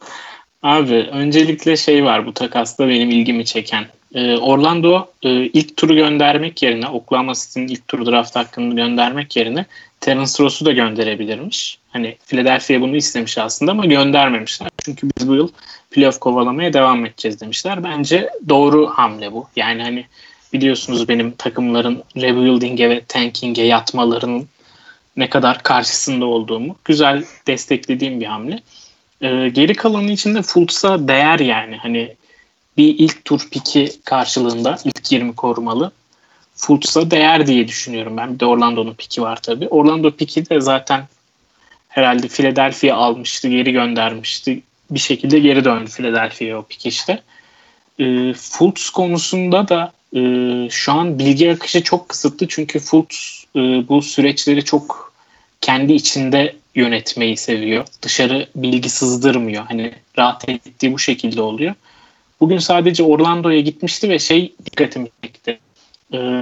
Abi öncelikle şey var bu takasta benim ilgimi çeken. Ee, Orlando e, ilk turu göndermek yerine, Oklahoma City'nin ilk tur draft hakkını göndermek yerine Terence Ross'u da gönderebilirmiş. Hani Philadelphia bunu istemiş aslında ama göndermemişler. Çünkü biz bu yıl playoff kovalamaya devam edeceğiz demişler. Bence doğru hamle bu. Yani hani biliyorsunuz benim takımların rebuilding'e ve tanking'e yatmalarının ne kadar karşısında olduğumu. Güzel desteklediğim bir hamle. Ee, geri kalanı için de Fultz'a değer yani. Hani bir ilk tur piki karşılığında ilk yirmi korumalı Fultz'a değer diye düşünüyorum ben. Bir de Orlando'nun piki var tabii. Orlando piki de zaten herhalde Philadelphia almıştı, geri göndermişti. Bir şekilde geri döndü Philadelphia'ya o pik işte. Ee, Fultz konusunda da e, şu an bilgi akışı çok kısıtlı. Çünkü Fultz e, bu süreçleri çok kendi içinde yönetmeyi seviyor. Dışarı bilgi sızdırmıyor. Hani rahat ettiği bu şekilde oluyor. Bugün sadece Orlando'ya gitmişti ve şey dikkatimi çekti. Ee,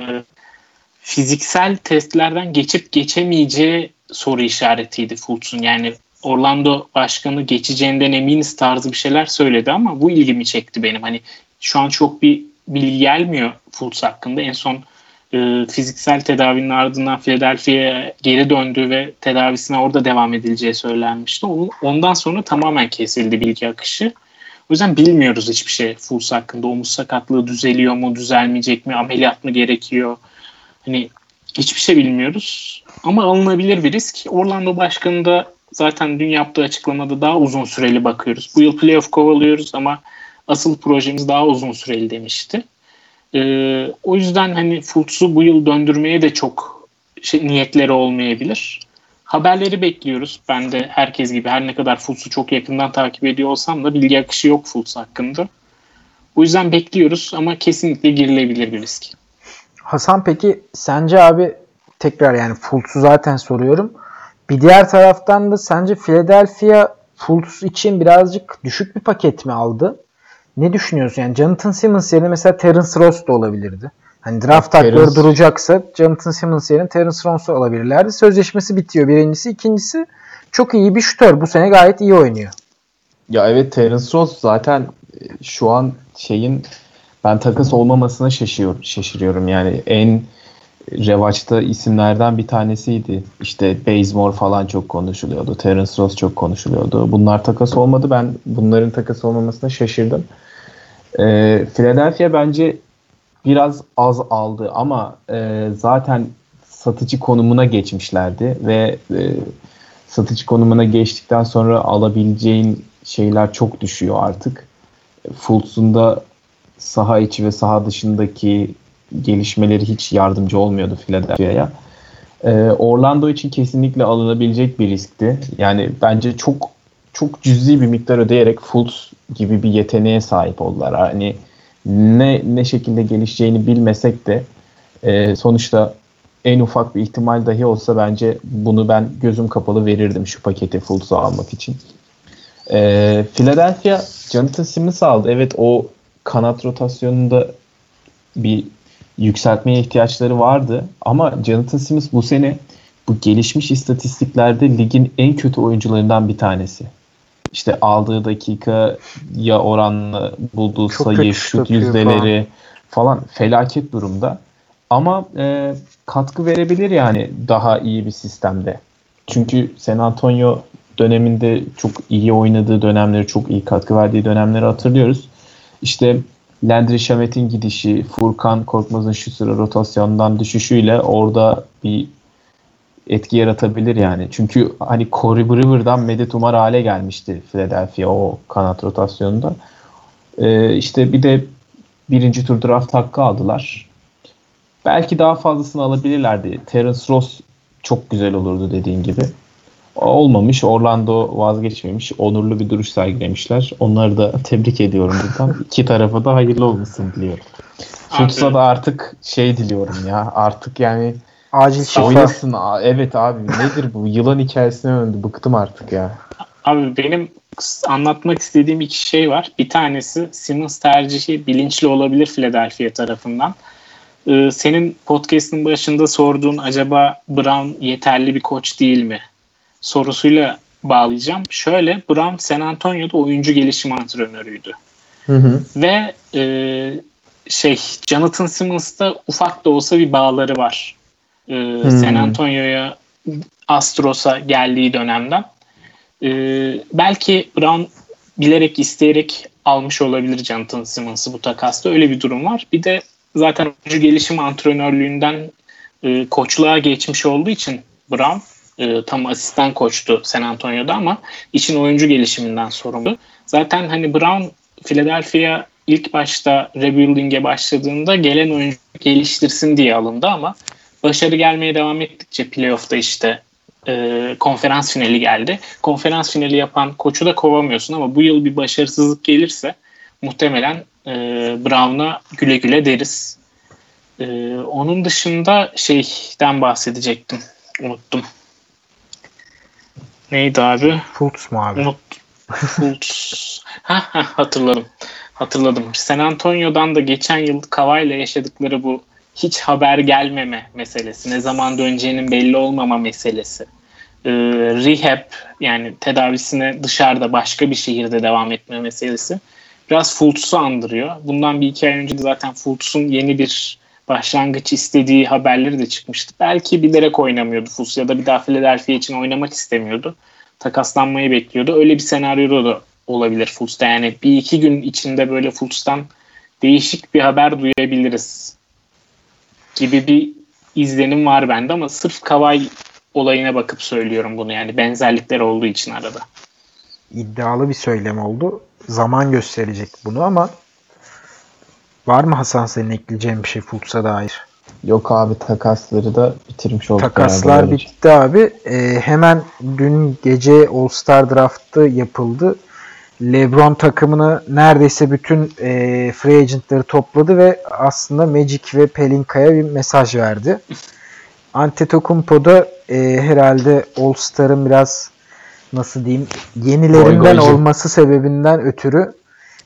fiziksel testlerden geçip geçemeyeceği soru işaretiydi Fultz'un. Yani Orlando başkanı geçeceğinden eminiz tarzı bir şeyler söyledi ama bu ilgimi çekti benim. Hani şu an çok bir bilgi gelmiyor Fultz hakkında. En son e, fiziksel tedavinin ardından Philadelphia'ya geri döndü ve tedavisine orada devam edileceği söylenmişti. Ondan sonra tamamen kesildi bilgi akışı. O yüzden bilmiyoruz hiçbir şey Fultz hakkında. Omuz sakatlığı düzeliyor mu, düzelmeyecek mi, ameliyat mı gerekiyor? Hani hiçbir şey bilmiyoruz. Ama alınabilir bir risk. Orlando başkanı da zaten dün yaptığı açıklamada daha uzun süreli bakıyoruz. Bu yıl playoff kovalıyoruz ama asıl projemiz daha uzun süreli demişti. Ee, o yüzden hani Fultz'u bu yıl döndürmeye de çok şey, niyetleri olmayabilir. Haberleri bekliyoruz. Ben de herkes gibi her ne kadar Fultz'u çok yakından takip ediyor olsam da bilgi akışı yok Fultz hakkında. O yüzden bekliyoruz ama kesinlikle girilebilir bir risk. Hasan, peki sence abi, tekrar yani Fultz'u zaten soruyorum. Bir diğer taraftan da sence Philadelphia Fultz için birazcık düşük bir paket mi aldı? Ne düşünüyorsun? Yani Jonathan Simmons yerine mesela Terence Ross da olabilirdi. Hani draft Terence... hakları duracaksa Jonathan Simmons yerine Terence Ross'u alabilirlerdi. Sözleşmesi bitiyor birincisi. İkincisi çok iyi bir şutör. Bu sene gayet iyi oynuyor. Ya evet, Terence Ross zaten şu an şeyin, ben takas olmamasına şaşırıyorum. şaşırıyorum. Yani en revaçta isimlerden bir tanesiydi. İşte Bazemore falan çok konuşuluyordu. Terence Ross çok konuşuluyordu. Bunlar takas olmadı. Ben bunların takas olmamasına şaşırdım. Ee, Philadelphia bence biraz az aldı ama e, zaten satıcı konumuna geçmişlerdi ve e, satıcı konumuna geçtikten sonra alabileceğin şeyler çok düşüyor artık. Fultz'un da saha içi ve saha dışındaki gelişmeleri hiç yardımcı olmuyordu Philadelphia'ya. Ee, Orlando için kesinlikle alınabilecek bir riskti. Yani bence çok çok cüzi bir miktar ödeyerek Fultz gibi bir yeteneğe sahip oldular. Hani ne ne şekilde gelişeceğini bilmesek de e, sonuçta en ufak bir ihtimal dahi olsa bence bunu ben gözüm kapalı verirdim şu paketi Fultz'u almak için. E, Philadelphia Jonathan Simmons aldı. Evet, o kanat rotasyonunda bir yükseltmeye ihtiyaçları vardı. Ama Jonathan Simmons bu sene bu gelişmiş istatistiklerde ligin en kötü oyuncularından bir tanesi. İşte aldığı dakikaya oranla bulduğu Çok sayı, şut yüzdeleri falan. falan felaket durumda. Ama e, katkı verebilir yani daha iyi bir sistemde. Çünkü San Antonio döneminde çok iyi oynadığı dönemleri, çok iyi katkı verdiği dönemleri hatırlıyoruz. İşte Landry Shamet'in gidişi, Furkan Korkmaz'ın şu sıra rotasyondan düşüşüyle orada bir etki yaratabilir yani. Çünkü hani Corey Brewer'dan medet umar hale gelmişti Philadelphia o kanat rotasyonunda. Ee, işte bir de birinci tur draft hakkı aldılar. Belki daha fazlasını alabilirlerdi. Terence Ross çok güzel olurdu dediğin gibi. Olmamış. Orlando vazgeçmemiş. Onurlu bir duruş sergilemişler. Onları da tebrik ediyorum buradan. İki tarafa da hayırlı olmasını diliyorum. Fultz'a da artık şey diliyorum ya. Artık yani acil şifa. Oynasın. Evet abi, nedir bu? Yılan hikayesine döndü. Bıktım artık ya. Abi benim anlatmak istediğim iki şey var. Bir tanesi Simmons tercihi bilinçli olabilir Philadelphia tarafından. Ee, senin podcast'ın başında sorduğun acaba Brown yeterli bir koç değil mi sorusuyla bağlayacağım. Şöyle, Brown San Antonio'da oyuncu gelişim antrenörüydü. Hı hı. Ve e, şey Jonathan Simmons'ta ufak da olsa bir bağları var. E, hmm. San Antonio'ya, Astros'a geldiği dönemden. E, belki Brown bilerek, isteyerek almış olabilir Jonathan Simmons'ı bu takasta. Öyle bir durum var. Bir de zaten oyuncu gelişim antrenörlüğünden e, koçluğa geçmiş olduğu için Brown e, tam asistan koçtu San Antonio'da ama için oyuncu gelişiminden sorumlu. Zaten hani Brown Philadelphia ilk başta rebuilding'e başladığında gelen oyuncu geliştirsin diye alındı ama başarı gelmeye devam ettikçe playoff'ta işte e, konferans finali geldi. Konferans finali yapan koçu da kovamıyorsun ama bu yıl bir başarısızlık gelirse muhtemelen e, Brown'a güle güle deriz. E, onun dışında şeyden bahsedecektim. Unuttum. Neydi abi? Fultz mu abi? Unuttum. Fultz. ha, ha, hatırladım. Hatırladım. San Antonio'dan da geçen yıl Kawhi'yle yaşadıkları bu hiç haber gelmeme meselesi, ne zaman döneceğinin belli olmama meselesi, ee, rehab yani tedavisine dışarıda başka bir şehirde devam etme meselesi biraz Fultz'u andırıyor. Bundan bir iki ay önce de zaten Fultz'un yeni bir başlangıç istediği haberleri de çıkmıştı. Belki bilerek oynamıyordu Fultz ya da bir daha Philadelphia için oynamak istemiyordu. Takaslanmayı bekliyordu. Öyle bir senaryoda da olabilir Fultz'ta. Yani bir iki gün içinde böyle Fultz'tan değişik bir haber duyabiliriz gibi bir izlenim var bende ama sırf Kawhi olayına bakıp söylüyorum bunu, yani benzerlikler olduğu için arada. İddialı bir söylem oldu. Zaman gösterecek bunu ama var mı Hasan senin ekleyeceğin bir şey Fultz'a dair? Yok abi, takasları da bitirmiş olduk. Takaslar bitti abi. Ee, hemen dün gece All-Star Draft'ı yapıldı. LeBron takımını neredeyse bütün e, free agent'ları topladı ve aslında Magic ve Pelinka'ya bir mesaj verdi. Antetokounmpo da e, herhalde All-Star'ın biraz nasıl diyeyim yenilerinden olması sebebinden ötürü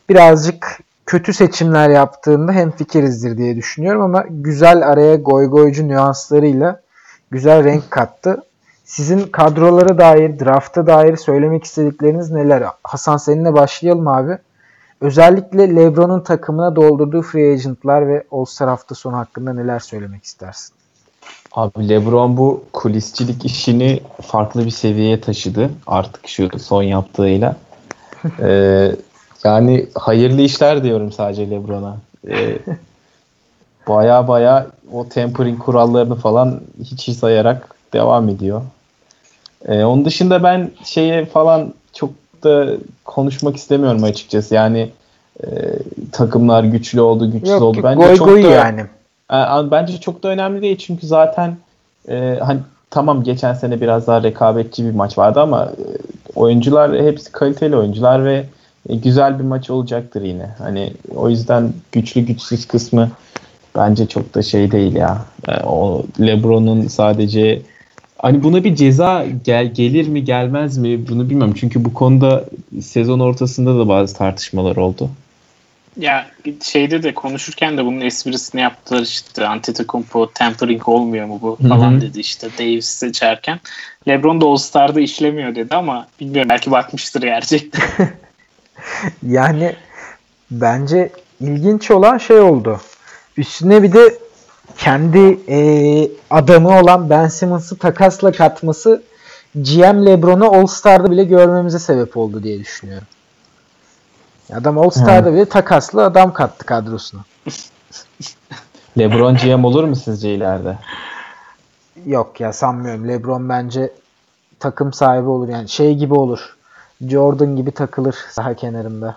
birazcık kötü seçimler yaptığında hemfikirizdir diye düşünüyorum ama güzel araya goy goycu nüanslarıyla güzel renk kattı. Sizin kadrolara dair, drafta dair söylemek istedikleriniz neler? Hasan seninle başlayalım abi. Özellikle LeBron'un takımına doldurduğu free agentlar ve All-Star hafta sonu hakkında neler söylemek istersin? Abi LeBron bu kulisçilik işini farklı bir seviyeye taşıdı artık şu son yaptığıyla. ee, yani hayırlı işler diyorum sadece LeBron'a. Ee, baya baya o tampering kurallarını falan hiç sayarak devam ediyor. Ee, onun dışında ben şeye falan çok da konuşmak istemiyorum açıkçası. Yani e, takımlar güçlü oldu, güçsüz Yok, oldu. Bence goy çok goy da yani. e, bence çok da önemli değil çünkü zaten e, hani tamam geçen sene biraz daha rekabetçi bir maç vardı ama e, oyuncular hepsi kaliteli oyuncular ve e, güzel bir maç olacaktır yine. Hani o yüzden güçlü güçsüz kısmı bence çok da şey değil ya. E, o LeBron'un sadece hani buna bir ceza gel gelir mi gelmez mi bunu bilmiyorum. Çünkü bu konuda sezon ortasında da bazı tartışmalar oldu. Ya şeyde de konuşurken de bunun esprisini yaptılar işte Antetokounmpo tampering olmuyor mu bu falan Hı-hı. dedi işte Davis seçerken. LeBron da All-Star'da işlemiyor dedi ama bilmiyorum belki bakmıştır gerçekten. Yani bence ilginç olan şey oldu. Üstüne bir de kendi e, adamı olan Ben Simmons'ı takasla katması G M LeBron'u All-Star'da bile görmemize sebep oldu diye düşünüyorum. Adam All-Star'da bile takasla adam kattı kadrosuna. LeBron G M olur mu sizce ileride? Yok ya sanmıyorum. LeBron bence takım sahibi olur. Yani şey gibi olur. Jordan gibi takılır saha kenarında.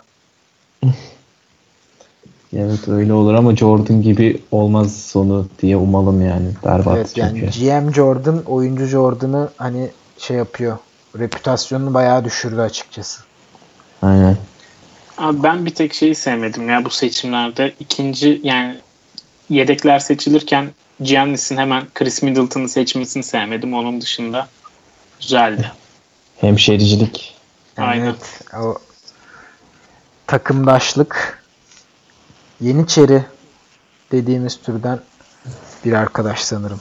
Evet öyle olur ama Jordan gibi olmaz sonu diye umalım yani. Berbat Evet çünkü. yani G M Jordan oyuncu Jordan'ı hani şey yapıyor. Reputasyonunu bayağı düşürdü açıkçası. Aynen. Abi ben bir tek şeyi sevmedim ya bu seçimlerde. İkinci yani yedekler seçilirken Giannis'in hemen Chris Middleton'ı seçmesini sevmedim. Onun dışında güzeldi. Hemşericilik. Yani Aynen. evet o takımdaşlık Yeniçeri dediğimiz türden bir arkadaş sanırım.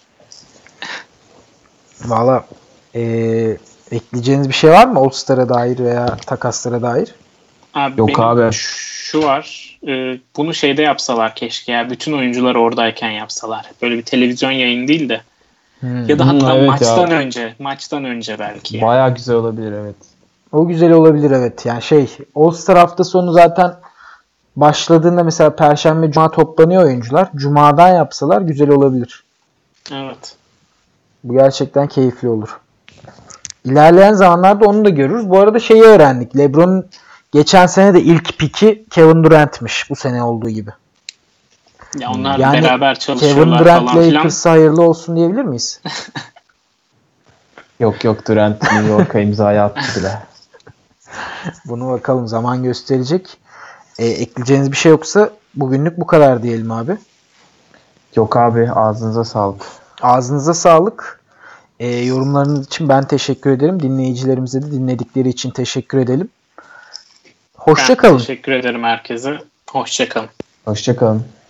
Valla ee, ekleyeceğiniz bir şey var mı All-Star'a dair veya takaslara dair? Abi Yok benim abi. şu var. E, bunu şeyde yapsalar keşke ya. Bütün oyuncular oradayken yapsalar. Böyle bir televizyon yayını değil de. Hmm. Ya da Hmm, hatta evet maçtan ya. önce. Maçtan önce belki yani. Bayağı güzel olabilir evet. O güzel olabilir evet. Yani şey All-Star hafta sonu zaten başladığında mesela Perşembe Cuma toplanıyor oyuncular. Cuma'dan yapsalar güzel olabilir. Evet. Bu gerçekten keyifli olur. İlerleyen zamanlarda onu da görürüz. Bu arada şeyi öğrendik. LeBron'un geçen sene de ilk piki Kevin Durant'mış bu sene olduğu gibi. Ya onlar Yani beraber Kevin çalışıyorlar Durant falan filan. Lakers'a hayırlı olsun diyebilir miyiz? Yok yok Durant New York'a imzayı attı bile. Bunu bakalım zaman gösterecek. E, ekleyeceğiniz bir şey yoksa bugünlük bu kadar diyelim abi. Yok abi ağzınıza sağlık. Ağzınıza sağlık. E, yorumlarınız için ben teşekkür ederim. Dinleyicilerimize de dinledikleri için teşekkür edelim. Hoşça Ben kalın. teşekkür ederim herkese. Hoşça kalın. Hoşçakalın.